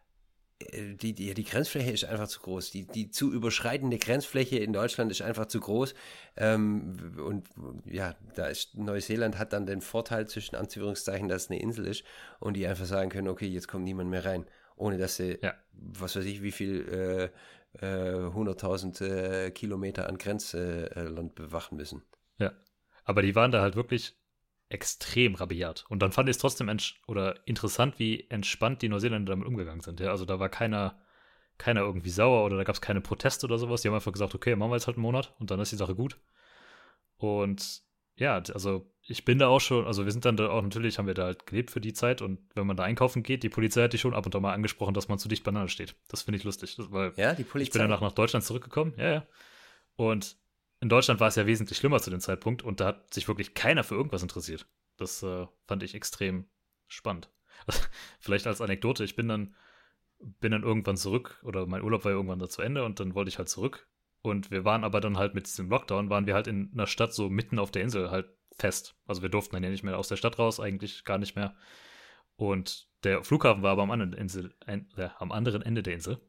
die, die, die Grenzfläche ist einfach zu groß. Die, die zu überschreitende Grenzfläche in Deutschland ist einfach zu groß. Ähm, und ja, da ist Neuseeland hat dann den Vorteil zwischen Anführungszeichen, dass es eine Insel ist und die einfach sagen können, okay, jetzt kommt niemand mehr rein. Ohne dass sie, ja. was weiß ich, wie viel äh, äh, hunderttausend äh, Kilometer an Grenzland äh, bewachen müssen. Ja, aber die waren da halt wirklich extrem rabiat. Und dann fand ich es trotzdem ents- oder interessant, wie entspannt die Neuseeländer damit umgegangen sind. Ja, also da war keiner, keiner irgendwie sauer oder da gab es keine Proteste oder sowas. Die haben einfach gesagt, okay, machen wir jetzt halt einen Monat und dann ist die Sache gut. Und ja, also ich bin da auch schon, also wir sind dann da auch, natürlich haben wir da halt gelebt für die Zeit und wenn man da einkaufen geht, die Polizei hat dich schon ab und an mal angesprochen, dass man zu dicht beieinander steht. Das finde ich lustig, das, weil ja, die Polizei. Ich bin danach nach Deutschland zurückgekommen, ja, ja. Und in Deutschland war es ja wesentlich schlimmer zu dem Zeitpunkt und da hat sich wirklich keiner für irgendwas interessiert. Das äh, fand ich extrem spannend. Vielleicht als Anekdote, ich bin dann, bin dann irgendwann zurück, oder mein Urlaub war ja irgendwann da zu Ende und dann wollte ich halt zurück. Und wir waren aber dann halt mit diesem Lockdown, waren wir halt in einer Stadt so mitten auf der Insel halt fest. Also wir durften dann ja nicht mehr aus der Stadt raus, eigentlich gar nicht mehr. Und der Flughafen war aber am anderen, Insel, ein, äh, am anderen Ende der Insel.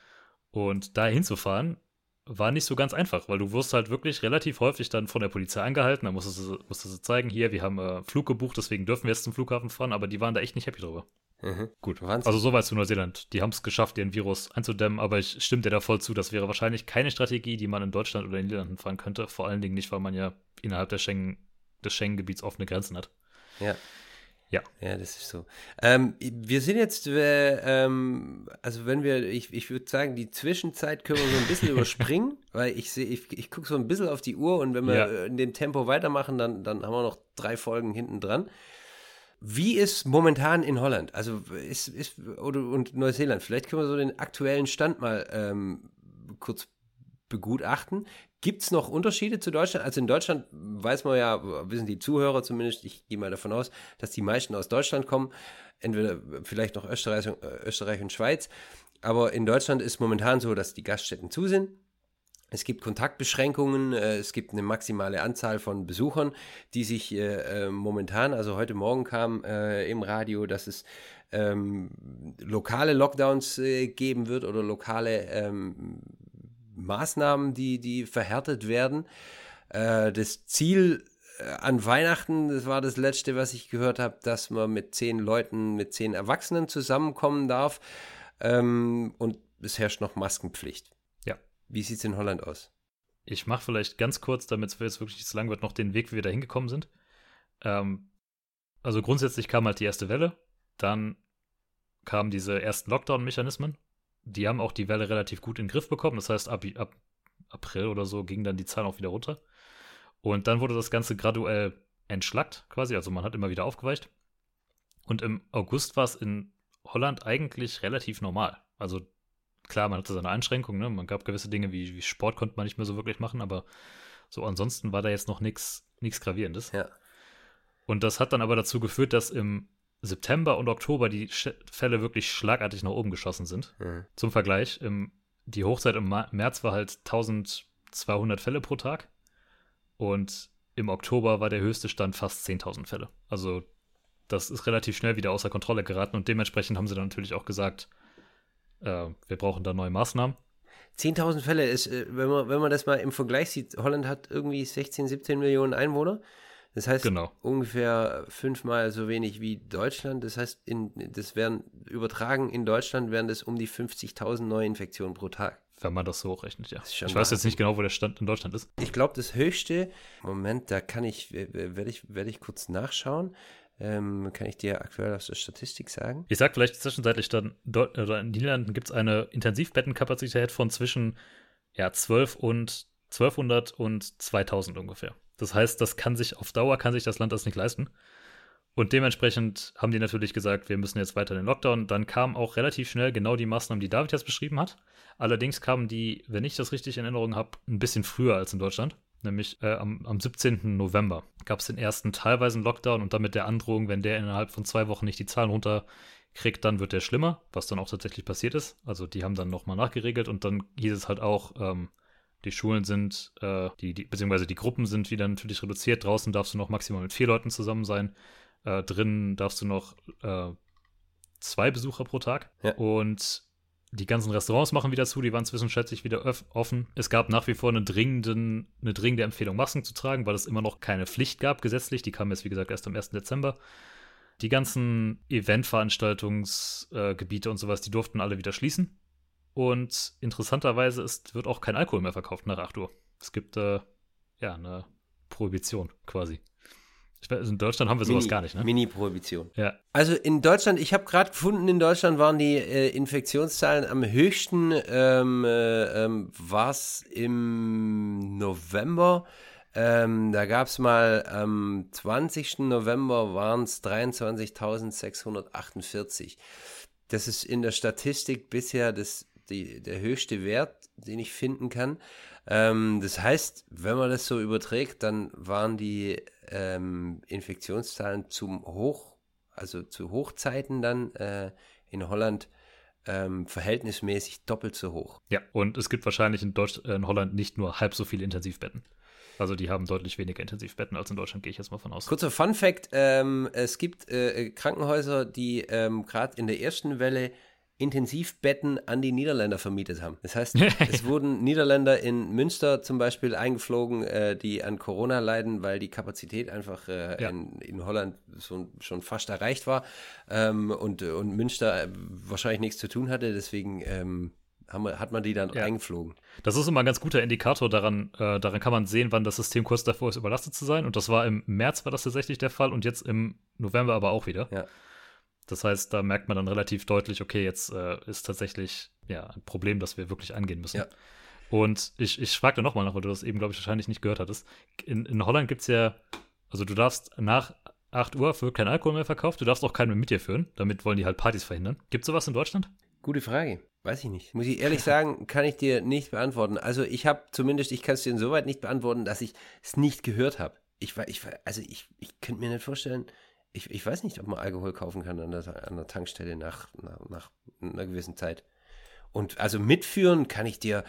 Und da hinzufahren war nicht so ganz einfach, weil du wirst halt wirklich relativ häufig dann von der Polizei angehalten. Da musstest du, musstest du zeigen, hier, wir haben äh, Flug gebucht, deswegen dürfen wir jetzt zum Flughafen fahren. Aber die waren da echt nicht happy drüber. Mhm. Gut, Wahnsinn. also soweit zu Neuseeland. Die haben es geschafft, den Virus einzudämmen, aber ich stimme dir da voll zu. Das wäre wahrscheinlich keine Strategie, die man in Deutschland oder in den Niederlanden fahren könnte. Vor allen Dingen nicht, weil man ja innerhalb der Schengen, des Schengen-Gebiets offene Grenzen hat. Ja. Ja. Ja, das ist so. Ähm, wir sind jetzt, äh, ähm, also wenn wir, ich, ich würde sagen, die Zwischenzeit können wir so ein bisschen überspringen, weil ich sehe, ich, ich gucke so ein bisschen auf die Uhr und wenn wir Ja. in dem Tempo weitermachen, dann, dann haben wir noch drei Folgen hinten dran. Wie ist momentan in Holland, also ist, ist oder und Neuseeland, vielleicht können wir so den aktuellen Stand mal ähm, kurz begutachten. Gibt es noch Unterschiede zu Deutschland? Also in Deutschland weiß man ja, wissen die Zuhörer zumindest, ich gehe mal davon aus, dass die meisten aus Deutschland kommen, entweder vielleicht noch Österreich, Österreich und Schweiz, aber in Deutschland ist momentan so, dass die Gaststätten zu sind. Es gibt Kontaktbeschränkungen, äh, es gibt eine maximale Anzahl von Besuchern, die sich äh, äh, momentan, also heute Morgen kam äh, im Radio, dass es ähm, lokale Lockdowns äh, geben wird oder lokale ähm, Maßnahmen, die, die verhärtet werden. Äh, das Ziel äh, an Weihnachten, das war das letzte, was ich gehört habe, dass man mit zehn Leuten, mit zehn Erwachsenen zusammenkommen darf ähm, und es herrscht noch Maskenpflicht. Ja. Wie sieht es in Holland aus? Ich mache vielleicht ganz kurz, damit es jetzt wirklich nicht zu lang wird, noch den Weg, wie wir da hingekommen sind. Ähm, also grundsätzlich kam halt die erste Welle, dann kamen diese ersten Lockdown-Mechanismen. Die haben auch die Welle relativ gut in den Griff bekommen. Das heißt, ab, ab April oder so gingen dann die Zahlen auch wieder runter. Und dann wurde das Ganze graduell entschlackt, quasi. Also man hat immer wieder aufgeweicht. Und im August war es in Holland eigentlich relativ normal. Also klar, man hatte seine Einschränkungen, ne? Man gab gewisse Dinge wie, wie Sport konnte man nicht mehr so wirklich machen, aber so ansonsten war da jetzt noch nichts Gravierendes. Ja. Und das hat dann aber dazu geführt, dass im September und Oktober die Sch- Fälle wirklich schlagartig nach oben geschossen sind. Mhm. Zum Vergleich, im, die Hochzeit im Ma- März war halt eintausendzweihundert Fälle pro Tag und im Oktober war der höchste Stand fast zehntausend Fälle. Also das ist relativ schnell wieder außer Kontrolle geraten und dementsprechend haben sie dann natürlich auch gesagt, äh, wir brauchen da neue Maßnahmen. zehntausend Fälle ist, äh, wenn man, wenn man das mal im Vergleich sieht, Holland hat irgendwie sechzehn, siebzehn Millionen Einwohner. Das heißt, Genau. ungefähr fünfmal so wenig wie Deutschland. Das heißt, in, das wären übertragen in Deutschland wären das um die fünfzigtausend Neuinfektionen pro Tag. Wenn man das so hochrechnet, ja. Ich weiß Wahnsinn. jetzt nicht genau, wo der Stand in Deutschland ist. Ich glaube, das höchste, Moment, da kann ich, werde ich, werde ich kurz nachschauen. Ähm, kann ich dir aktuell aus der Statistik sagen? Ich sag vielleicht zwischenzeitlich dann, dort, oder in den Niederlanden gibt es eine Intensivbettenkapazität von zwischen ja, zwölf und zwölfhundert und zweitausend ungefähr. Das heißt, das kann sich auf Dauer kann sich das Land das nicht leisten. Und dementsprechend haben die natürlich gesagt, wir müssen jetzt weiter in den Lockdown. Dann kamen auch relativ schnell genau die Maßnahmen, die David jetzt beschrieben hat. Allerdings kamen die, wenn ich das richtig in Erinnerung habe, ein bisschen früher als in Deutschland. Nämlich äh, am, am siebzehnten November gab es den ersten teilweisen Lockdown und dann mit der Androhung, wenn der innerhalb von zwei Wochen nicht die Zahlen runterkriegt, dann wird der schlimmer, was dann auch tatsächlich passiert ist. Also die haben dann nochmal nachgeregelt und dann hieß es halt auch, ähm, die Schulen sind, äh, die, die, beziehungsweise die Gruppen sind wieder natürlich reduziert. Draußen darfst du noch maximal mit vier Leuten zusammen sein. Äh, drinnen darfst du noch äh, zwei Besucher pro Tag. Ja. Und die ganzen Restaurants machen wieder zu, die waren zwischenzeitlich wieder öff- offen. Es gab nach wie vor eine, dringenden, eine dringende Empfehlung, Masken zu tragen, weil es immer noch keine Pflicht gab gesetzlich. Die kam jetzt, wie gesagt, erst am ersten Dezember. Die ganzen Eventveranstaltungsgebiete äh, und sowas, die durften alle wieder schließen. Und interessanterweise ist, wird auch kein Alkohol mehr verkauft nach acht Uhr. Es gibt äh, ja eine Prohibition quasi. Ich weiß, in Deutschland haben wir sowas Mini, gar nicht, ne? Mini-Prohibition. Ja. Also in Deutschland, ich habe gerade gefunden, in Deutschland waren die äh, Infektionszahlen am höchsten, ähm, äh, ähm, war es im November. Ähm, da gab es mal am zwanzigsten November waren es dreiundzwanzigtausendsechshundertachtundvierzig. Das ist in der Statistik bisher das, die, der höchste Wert, den ich finden kann. Ähm, das heißt, wenn man das so überträgt, dann waren die ähm, Infektionszahlen zum Hoch, also zu Hochzeiten dann äh, in Holland ähm, verhältnismäßig doppelt so hoch. Ja, und es gibt wahrscheinlich in, Deutsch, äh, in Holland nicht nur halb so viele Intensivbetten. Also die haben deutlich weniger Intensivbetten als in Deutschland, gehe ich jetzt mal von aus. Kurzer Fun-Fact, ähm, es gibt äh, Krankenhäuser, die ähm, gerade in der ersten Welle Intensivbetten an die Niederländer vermietet haben. Das heißt, es wurden Niederländer in Münster zum Beispiel eingeflogen, äh, die an Corona leiden, weil die Kapazität einfach äh, ja. in, in Holland so, schon fast erreicht war ähm, und, und Münster äh, wahrscheinlich nichts zu tun hatte. Deswegen ähm, haben wir, hat man die dann ja. eingeflogen. Das ist immer ein ganz guter Indikator daran, äh, daran kann man sehen, wann das System kurz davor ist, überlastet zu sein. Und das war im März war das tatsächlich der Fall und jetzt im November aber auch wieder. Ja. Das heißt, da merkt man dann relativ deutlich, okay, jetzt äh, ist tatsächlich ja, ein Problem, das wir wirklich angehen müssen. Ja. Und ich, ich frage da nochmal nach, weil du das eben, glaube ich, wahrscheinlich nicht gehört hattest. In, in Holland gibt es ja, also du darfst nach acht Uhr wird kein Alkohol mehr verkauft, du darfst auch keinen mehr mit dir führen. Damit wollen die halt Partys verhindern. Gibt es sowas in Deutschland? Gute Frage. Weiß ich nicht. Muss ich ehrlich sagen, kann ich dir nicht beantworten. Also ich habe zumindest, ich kann es dir insoweit nicht beantworten, dass ich es nicht gehört habe. Ich, ich, also ich, ich könnte mir nicht vorstellen, Ich, ich weiß nicht, ob man Alkohol kaufen kann an der, an der Tankstelle nach, nach, nach einer gewissen Zeit. Und also mitführen kann ich dir,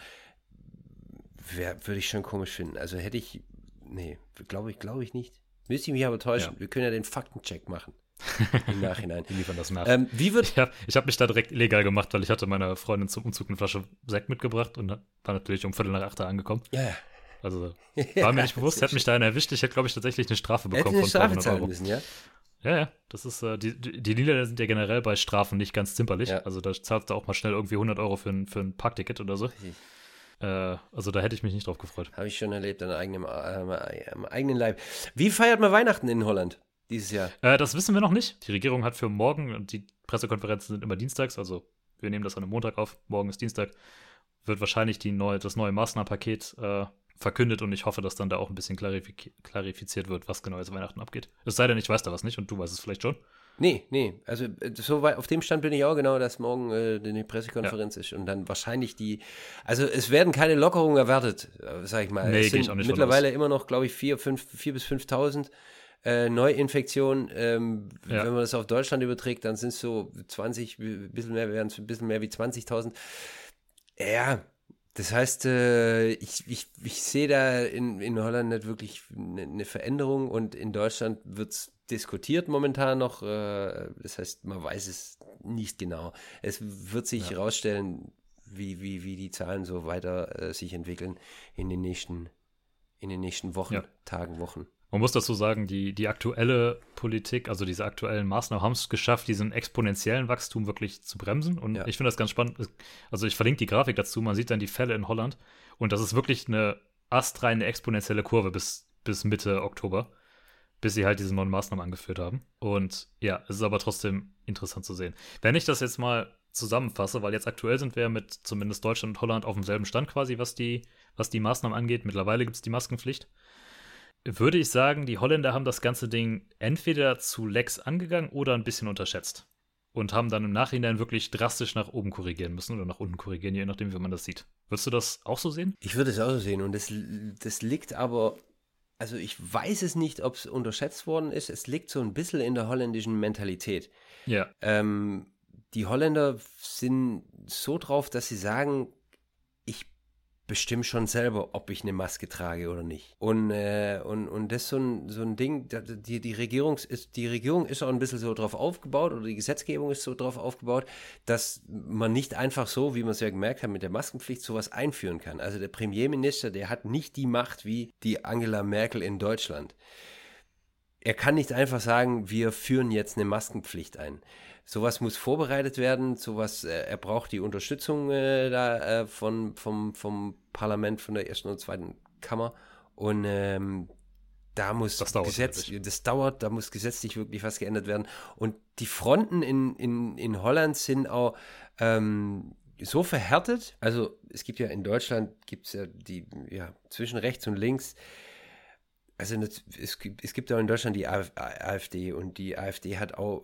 würde ich schon komisch finden. Also hätte ich, nee, glaube ich, glaube ich nicht. Müsste ich mich aber täuschen. Ja. Wir können ja den Faktencheck machen. Im Nachhinein. Wir liefern das nach. Ähm, wie wird ich habe ich hab mich da direkt illegal gemacht, weil ich hatte meiner Freundin zum Umzug eine Flasche Sekt mitgebracht und war natürlich um Viertel nach acht da angekommen. Ja, ja. Also war mir nicht bewusst, hätte mich da einer erwischt. Ich hätte, glaube ich, tatsächlich eine Strafe bekommen hätte eine von Strafe zahlen müssen, ja? Ja, ja, das ist, äh, die, die Niederländer sind ja generell bei Strafen nicht ganz zimperlich. Ja. Also da zahlst du auch mal schnell irgendwie hundert Euro für ein, für ein Parkticket oder so. Äh, also da hätte ich mich nicht drauf gefreut. Habe ich schon erlebt an eigenem, äh, am eigenen Leib. Wie feiert man Weihnachten in Holland dieses Jahr? Äh, das wissen wir noch nicht. Die Regierung hat für morgen, und die Pressekonferenzen sind immer dienstags, also wir nehmen das an einem Montag auf, morgen ist Dienstag, wird wahrscheinlich die neue, das neue Maßnahmenpaket äh, verkündet und ich hoffe, dass dann da auch ein bisschen klarif- klarifiziert wird, was genau jetzt Weihnachten abgeht. Es sei denn, ich weiß da was nicht und du weißt es vielleicht schon. Nee, nee, also so weit, auf dem Stand bin ich auch genau, dass morgen äh, eine Pressekonferenz ja. ist und dann wahrscheinlich die, also es werden keine Lockerungen erwartet, sag ich mal. Nee, es sind ich auch nicht mittlerweile immer noch, glaube ich, vier, fünf, vier bis fünftausend äh, Neuinfektionen. Ähm, ja. Wenn man das auf Deutschland überträgt, dann sind es so zwanzig, ein bisschen mehr, wären es ein bisschen mehr wie zwanzigtausend. Ja, das heißt, äh, ich, ich, ich sehe da in, in Holland nicht wirklich eine, eine Veränderung und in Deutschland wird es diskutiert momentan noch. Äh, das heißt, man weiß es nicht genau. Es wird sich ja. rausstellen, wie, wie, wie die Zahlen so weiter äh, sich entwickeln in den nächsten, in den nächsten Wochen, ja. Tagen, Wochen. Man muss dazu sagen, die, die aktuelle Politik, also diese aktuellen Maßnahmen haben es geschafft, diesen exponentiellen Wachstum wirklich zu bremsen. Und ja. ich finde das ganz spannend. Also ich verlinke die Grafik dazu, man sieht dann die Fälle in Holland. Und das ist wirklich eine astreine exponentielle Kurve bis, bis Mitte Oktober, bis sie halt diese neuen Maßnahmen angeführt haben. Und ja, es ist aber trotzdem interessant zu sehen. Wenn ich das jetzt mal zusammenfasse, weil jetzt aktuell sind wir mit zumindest Deutschland und Holland auf demselben Stand quasi, was die, was die Maßnahmen angeht. Mittlerweile gibt es die Maskenpflicht. Würde ich sagen, die Holländer haben das ganze Ding entweder zu lax angegangen oder ein bisschen unterschätzt. Und haben dann im Nachhinein wirklich drastisch nach oben korrigieren müssen oder nach unten korrigieren, je nachdem, wie man das sieht. Würdest du das auch so sehen? Ich würde es auch so sehen. Und das, das liegt aber, also ich weiß es nicht, ob es unterschätzt worden ist. Es liegt so ein bisschen in der holländischen Mentalität. Ja. Ähm, die Holländer sind so drauf, dass sie sagen, ich bestimme schon selber, ob ich eine Maske trage oder nicht. Und, äh, und, und das ist so ein, so ein Ding, die, die, Regierung ist, die Regierung ist auch ein bisschen so drauf aufgebaut oder die Gesetzgebung ist so drauf aufgebaut, dass man nicht einfach so, wie man es ja gemerkt hat, mit der Maskenpflicht sowas einführen kann. Also der Premierminister, der hat nicht die Macht wie die Angela Merkel in Deutschland. Er kann nicht einfach sagen, wir führen jetzt eine Maskenpflicht ein. Sowas muss vorbereitet werden, sowas, äh, er braucht die Unterstützung äh, da äh, von, vom, vom Parlament, von der ersten und zweiten Kammer und ähm, da muss das dauert, Gesetz, das dauert, da muss gesetzlich wirklich was geändert werden und die Fronten in, in, in Holland sind auch ähm, so verhärtet, also es gibt ja in Deutschland, gibt es ja die, ja, zwischen rechts und links. Also es gibt, es gibt auch in Deutschland die AfD und die AfD hat auch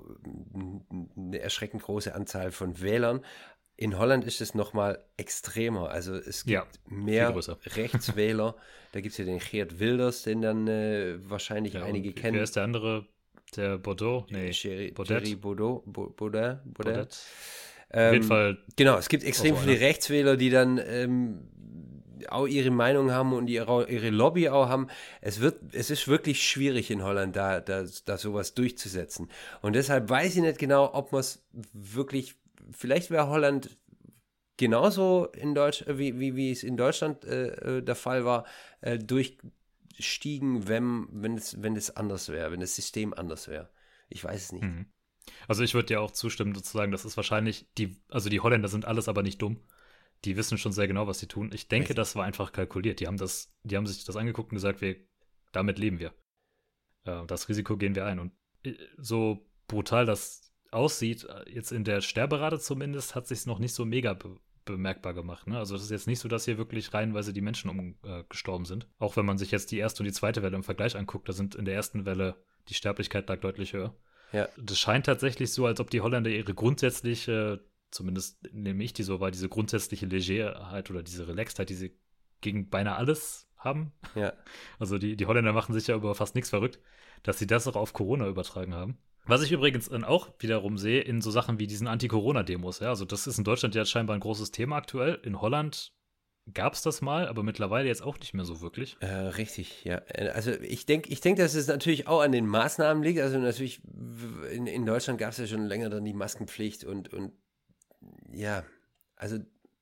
eine erschreckend große Anzahl von Wählern. In Holland ist es nochmal extremer. Also es gibt ja, mehr Rechtswähler. Da gibt es ja den Geert Wilders, den dann äh, wahrscheinlich ja, einige kennen. Wer ist der andere? der Bordeaux, nee, Thierry, Baudet. Thierry Baudot, Baudin, Baudin. Baudet. Ähm, Auf jeden Fall. Genau, es gibt extrem so viele einer. Rechtswähler, die dann ähm, auch ihre Meinung haben und ihre, ihre Lobby auch haben. Es wird, es ist wirklich schwierig in Holland, da, da, da sowas durchzusetzen. Und deshalb weiß ich nicht genau, ob man es wirklich, vielleicht wäre Holland genauso in Deutsch, wie, wie, wie es in Deutschland äh, der Fall war, äh, durchstiegen, wenn, wenn, es, wenn es anders wäre, wenn das System anders wäre. Ich weiß es nicht. Mhm. Also ich würde dir auch zustimmen, sozusagen, das ist wahrscheinlich, die, also die Holländer sind alles aber nicht dumm. Die wissen schon sehr genau, was sie tun. Ich denke, Richtig. das war einfach kalkuliert. Die haben das, die haben sich das angeguckt und gesagt, wir, damit leben wir. Äh, das Risiko gehen wir ein. Und äh, so brutal das aussieht, äh, jetzt in der Sterberate zumindest, hat sich noch nicht so mega be bemerkbar gemacht. Ne? Also es ist jetzt nicht so, dass hier wirklich reihenweise die Menschen umgestorben äh, sind. Auch wenn man sich jetzt die erste und die zweite Welle im Vergleich anguckt, da sind in der ersten Welle die Sterblichkeit lag deutlich höher. Ja. Das scheint tatsächlich so, als ob die Holländer ihre grundsätzliche, zumindest nehme ich die so wahr, diese grundsätzliche Legerheit oder diese Relaxedheit, die sie gegen beinahe alles haben. Ja. Also die, die Holländer machen sich ja über fast nichts verrückt, dass sie das auch auf Corona übertragen haben. Was ich übrigens dann auch wiederum sehe in so Sachen wie diesen Anti-Corona-Demos. Ja? Also das ist in Deutschland ja scheinbar ein großes Thema aktuell. In Holland gab es das mal, aber mittlerweile jetzt auch nicht mehr so wirklich. Äh, richtig, ja. Also ich denke, ich denk, dass es natürlich auch an den Maßnahmen liegt. Also natürlich, in, in Deutschland gab es ja schon länger dann die Maskenpflicht und, und ja, also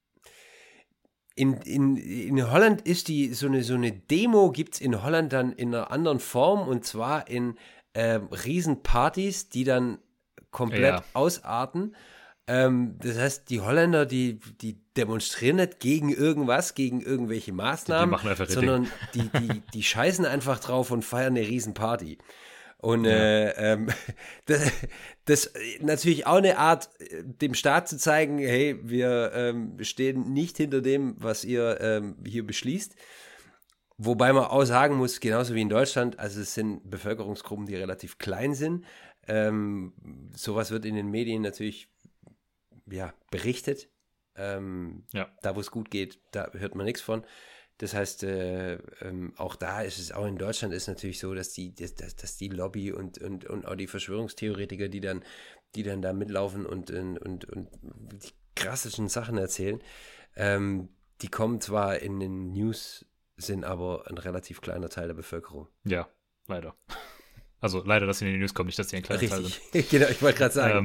in, in, in Holland ist die, so eine, so eine Demo gibt es in Holland dann in einer anderen Form und zwar in äh, Riesenpartys, die dann komplett Ja. ausarten. Ähm, das heißt, die Holländer, die, die demonstrieren nicht gegen irgendwas, gegen irgendwelche Maßnahmen, Die machen einfach ihr sondern die, die, die scheißen einfach drauf und feiern eine Riesenparty. Und Ja. äh, ähm, das, das ist natürlich auch eine Art, dem Staat zu zeigen, hey, wir ähm, stehen nicht hinter dem, was ihr ähm, hier beschließt. Wobei man auch sagen muss, genauso wie in Deutschland, also es sind Bevölkerungsgruppen, die relativ klein sind. Ähm, sowas wird in den Medien natürlich ja, berichtet. Ähm, Ja. Da, wo es gut geht, da hört man nichts von. Das heißt, äh, ähm, auch da ist es, auch in Deutschland ist natürlich so, dass die, dass, dass die Lobby und, und, und auch die Verschwörungstheoretiker, die dann, die dann da mitlaufen und, und, und, und die krassesten Sachen erzählen, ähm, die kommen zwar in den News, sind aber ein relativ kleiner Teil der Bevölkerung. Ja, leider. Also leider, dass sie in die News kommen, nicht, dass sie ein kleiner Teil sind. Richtig, genau, ich wollte gerade sagen, Ähm.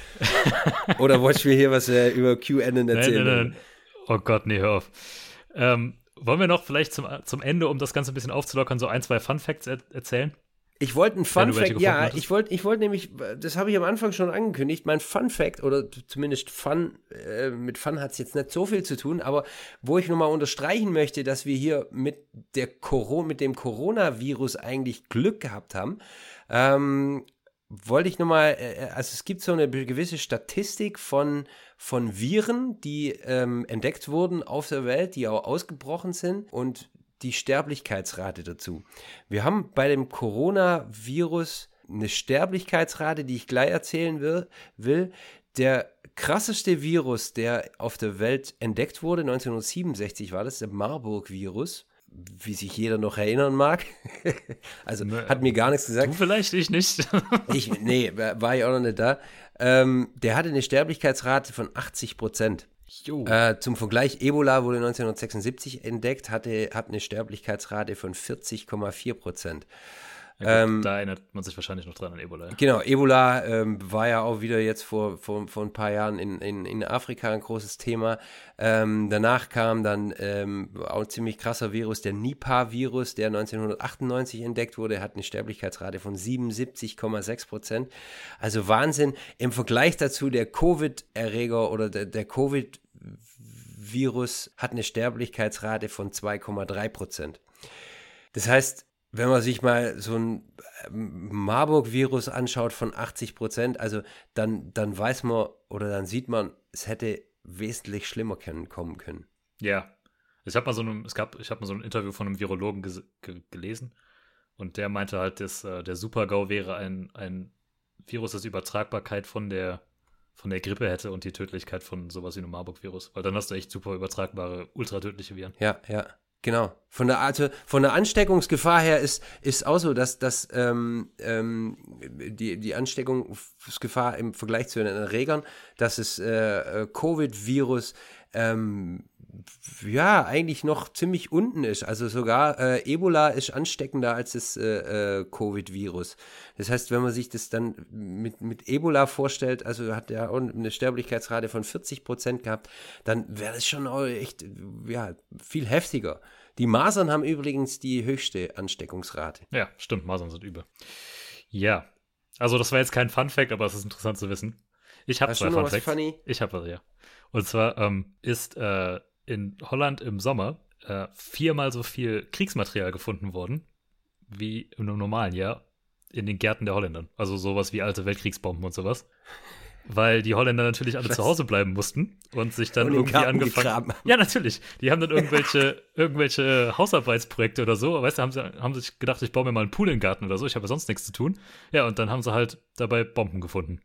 ja. Oder wolltest du mir hier was äh, über QAnon erzählen? Nein, nein, nein. Oh Gott, nee, hör auf. Ähm, wollen wir noch vielleicht zum, zum Ende, um das Ganze ein bisschen aufzulockern, so ein, zwei Fun Facts er erzählen? Ich wollte ein Fun Wenn du welche Fact, gefunden ja, hattest. ich wollte ich wollte nämlich, das habe ich am Anfang schon angekündigt, mein Fun Fact, oder zumindest Fun, äh, mit Fun hat es jetzt nicht so viel zu tun, aber wo ich nochmal unterstreichen möchte, dass wir hier mit, der Coro- mit dem Coronavirus eigentlich Glück gehabt haben, ähm, wollte ich nochmal, äh, also es gibt so eine gewisse Statistik von, von Viren, die ähm, entdeckt wurden auf der Welt, die auch ausgebrochen sind und die Sterblichkeitsrate dazu. Wir haben bei dem Coronavirus eine Sterblichkeitsrate, die ich gleich erzählen will. will. Der krasseste Virus, der auf der Welt entdeckt wurde, neunzehnhundertsiebenundsechzig war das, der Marburg-Virus, wie sich jeder noch erinnern mag. Also Ne, hat mir gar nichts gesagt. Du vielleicht, ich nicht. Ich, nee, war ich auch noch nicht da. Ähm, der hatte eine Sterblichkeitsrate von achtzig Prozent. Jo. Äh, zum Vergleich, Ebola wurde neunzehnhundertsechsundsiebzig entdeckt, hatte, hat eine Sterblichkeitsrate von vierzig Komma vier Prozent. Ja, gut, ähm, da erinnert man sich wahrscheinlich noch dran an Ebola. Ja. Genau, Ebola ähm, war ja auch wieder jetzt vor, vor, vor ein paar Jahren in, in, in Afrika ein großes Thema. Ähm, danach kam dann ähm, auch ein ziemlich krasser Virus, der Nipah-Virus, der neunzehnhundertachtundneunzig entdeckt wurde, hat eine Sterblichkeitsrate von siebenundsiebzig Komma sechs Prozent. Also Wahnsinn. Im Vergleich dazu der Covid-Erreger oder der, der Covid-Virus hat eine Sterblichkeitsrate von zwei Komma drei Prozent. Das heißt, wenn man sich mal so ein Marburg-Virus anschaut von achtzig Prozent, also dann, dann weiß man oder dann sieht man, es hätte wesentlich schlimmer können, kommen können. Ja. Ich habe mal so ein, es gab, ich habe mal so ein Interview von einem Virologen ges- ge- gelesen und der meinte halt, dass äh, der Super-GAU wäre ein, ein Virus, das Übertragbarkeit von der, von der Grippe hätte und die Tödlichkeit von sowas wie einem Marburg-Virus. Weil dann hast du echt super übertragbare, ultratödliche Viren. Ja, ja. Genau. Von der also von der Ansteckungsgefahr her ist, ist auch so, dass, dass ähm, ähm, die, die Ansteckungsgefahr im Vergleich zu den Erregern, dass das äh, Covid-Virus ähm, ja eigentlich noch ziemlich unten ist. Also sogar äh, Ebola ist ansteckender als das äh, äh, Covid-Virus. Das heißt, wenn man sich das dann mit, mit Ebola vorstellt, also hat er auch eine Sterblichkeitsrate von vierzig Prozent gehabt, dann wäre das schon auch echt ja, viel heftiger. Die Masern haben übrigens die höchste Ansteckungsrate. Ja, stimmt, Masern sind übel. Ja, also das war jetzt kein Fun-Fact, aber es ist interessant zu wissen. Ich habe zwei Fun-Facts. Funny? Ich habe was, ja. Und zwar ähm, ist äh, in Holland im Sommer äh, viermal so viel Kriegsmaterial gefunden worden wie im normalen Jahr in den Gärten der Holländer. Also sowas wie alte Weltkriegsbomben und sowas. Weil die Holländer natürlich alle Was? zu Hause bleiben mussten und sich dann und irgendwie angefangen. Ja, natürlich. Die haben dann irgendwelche, irgendwelche Hausarbeitsprojekte oder so. Weißt du, haben sie haben sich gedacht, ich baue mir mal einen Pool in den Garten oder so. Ich habe ja sonst nichts zu tun. Ja, und dann haben sie halt dabei Bomben gefunden.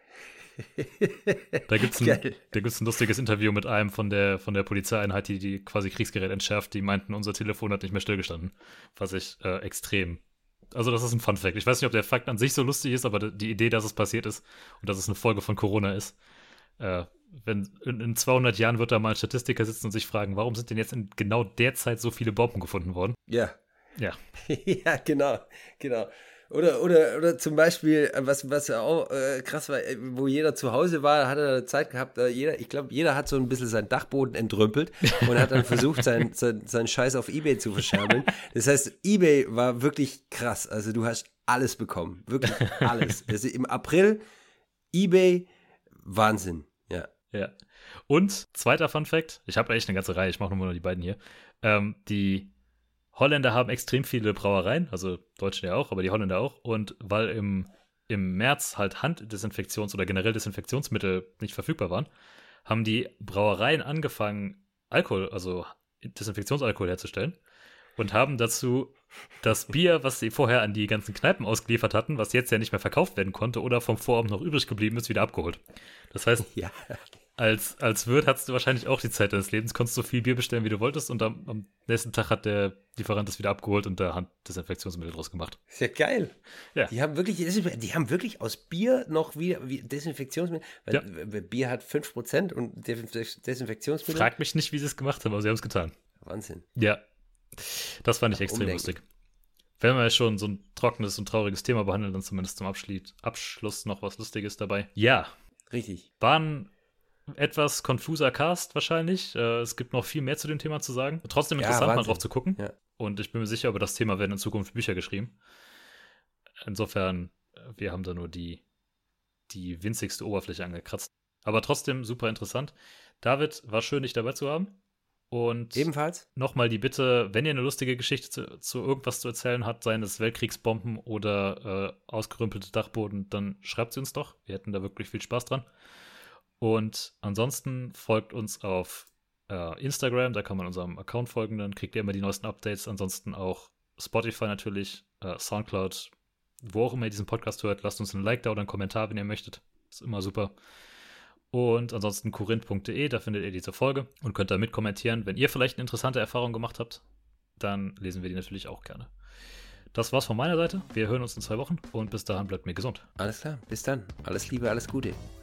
Da gibt es ein, ein lustiges Interview mit einem von der, von der Polizeieinheit, die, die quasi Kriegsgerät entschärft. Die meinten, unser Telefon hat nicht mehr stillgestanden. Was ich äh, extrem. Also das ist ein Fun-Fact. Ich weiß nicht, ob der Fakt an sich so lustig ist, aber die Idee, dass es passiert ist und dass es eine Folge von Corona ist. Äh, wenn in, in zweihundert Jahren wird da mal ein Statistiker sitzen und sich fragen, warum sind denn jetzt in genau der Zeit so viele Bomben gefunden worden? Ja. Ja. Ja, genau, genau. Oder, oder, oder zum Beispiel, was, was auch äh, krass war, wo jeder zu Hause war, hat er Zeit gehabt, äh, jeder, ich glaube, jeder hat so ein bisschen seinen Dachboden entrümpelt und hat dann versucht, seinen sein, sein Scheiß auf eBay zu verscherbeln. Das heißt, eBay war wirklich krass. Also du hast alles bekommen. Wirklich alles. Also im April, eBay, Wahnsinn. Ja. Ja. Und zweiter Fun-Fact, ich habe echt eine ganze Reihe, ich mache nur noch die beiden hier. Ähm, die Holländer haben extrem viele Brauereien, also Deutsche ja auch, aber die Holländer auch. Und weil im, im März halt Handdesinfektions- oder generell Desinfektionsmittel nicht verfügbar waren, haben die Brauereien angefangen, Alkohol, also Desinfektionsalkohol herzustellen und haben dazu das Bier, was sie vorher an die ganzen Kneipen ausgeliefert hatten, was jetzt ja nicht mehr verkauft werden konnte oder vom Vorabend noch übrig geblieben ist, wieder abgeholt. Das heißt, ja. als, als Wirt hattest du wahrscheinlich auch die Zeit deines Lebens, konntest so viel Bier bestellen, wie du wolltest und am, am nächsten Tag hat der Lieferant das wieder abgeholt und da Handdesinfektionsmittel draus gemacht. Ist ja geil. Ja. Die haben wirklich, die haben wirklich aus Bier noch wieder wie Desinfektionsmittel, weil ja. Bier hat fünf Prozent und Desinfektionsmittel. Frag mich nicht, wie sie es gemacht haben, aber sie haben es getan. Wahnsinn. Ja. Das fand ich Ach, extrem umdenken. lustig. Wenn wir ja schon so ein trockenes und trauriges Thema behandeln, dann zumindest zum Abschli- Abschluss noch was Lustiges dabei. Ja. Richtig. War ein etwas konfuser Cast wahrscheinlich. Äh, es gibt noch viel mehr zu dem Thema zu sagen. Trotzdem interessant, ja, mal drauf zu gucken. Ja. Und ich bin mir sicher, über das Thema werden in Zukunft Bücher geschrieben. Insofern, wir haben da nur die, die winzigste Oberfläche angekratzt. Aber trotzdem super interessant. David, war schön, dich dabei zu haben. Und ebenfalls nochmal die Bitte, wenn ihr eine lustige Geschichte zu, zu irgendwas zu erzählen habt, seien es Weltkriegsbomben oder äh, ausgerümpelte Dachboden, dann schreibt sie uns doch. Wir hätten da wirklich viel Spaß dran. Und ansonsten folgt uns auf äh, Instagram, da kann man unserem Account folgen, dann kriegt ihr immer die neuesten Updates. Ansonsten auch Spotify natürlich, äh, Soundcloud, wo auch immer ihr diesen Podcast hört. Lasst uns ein Like da oder einen Kommentar, wenn ihr möchtet. Ist immer super. Und ansonsten korinth punkt de, da findet ihr diese Folge und könnt da mitkommentieren. Wenn ihr vielleicht eine interessante Erfahrung gemacht habt, dann lesen wir die natürlich auch gerne. Das war's von meiner Seite. Wir hören uns in zwei Wochen und bis dahin bleibt mir gesund. Alles klar, bis dann. Alles Liebe, alles Gute.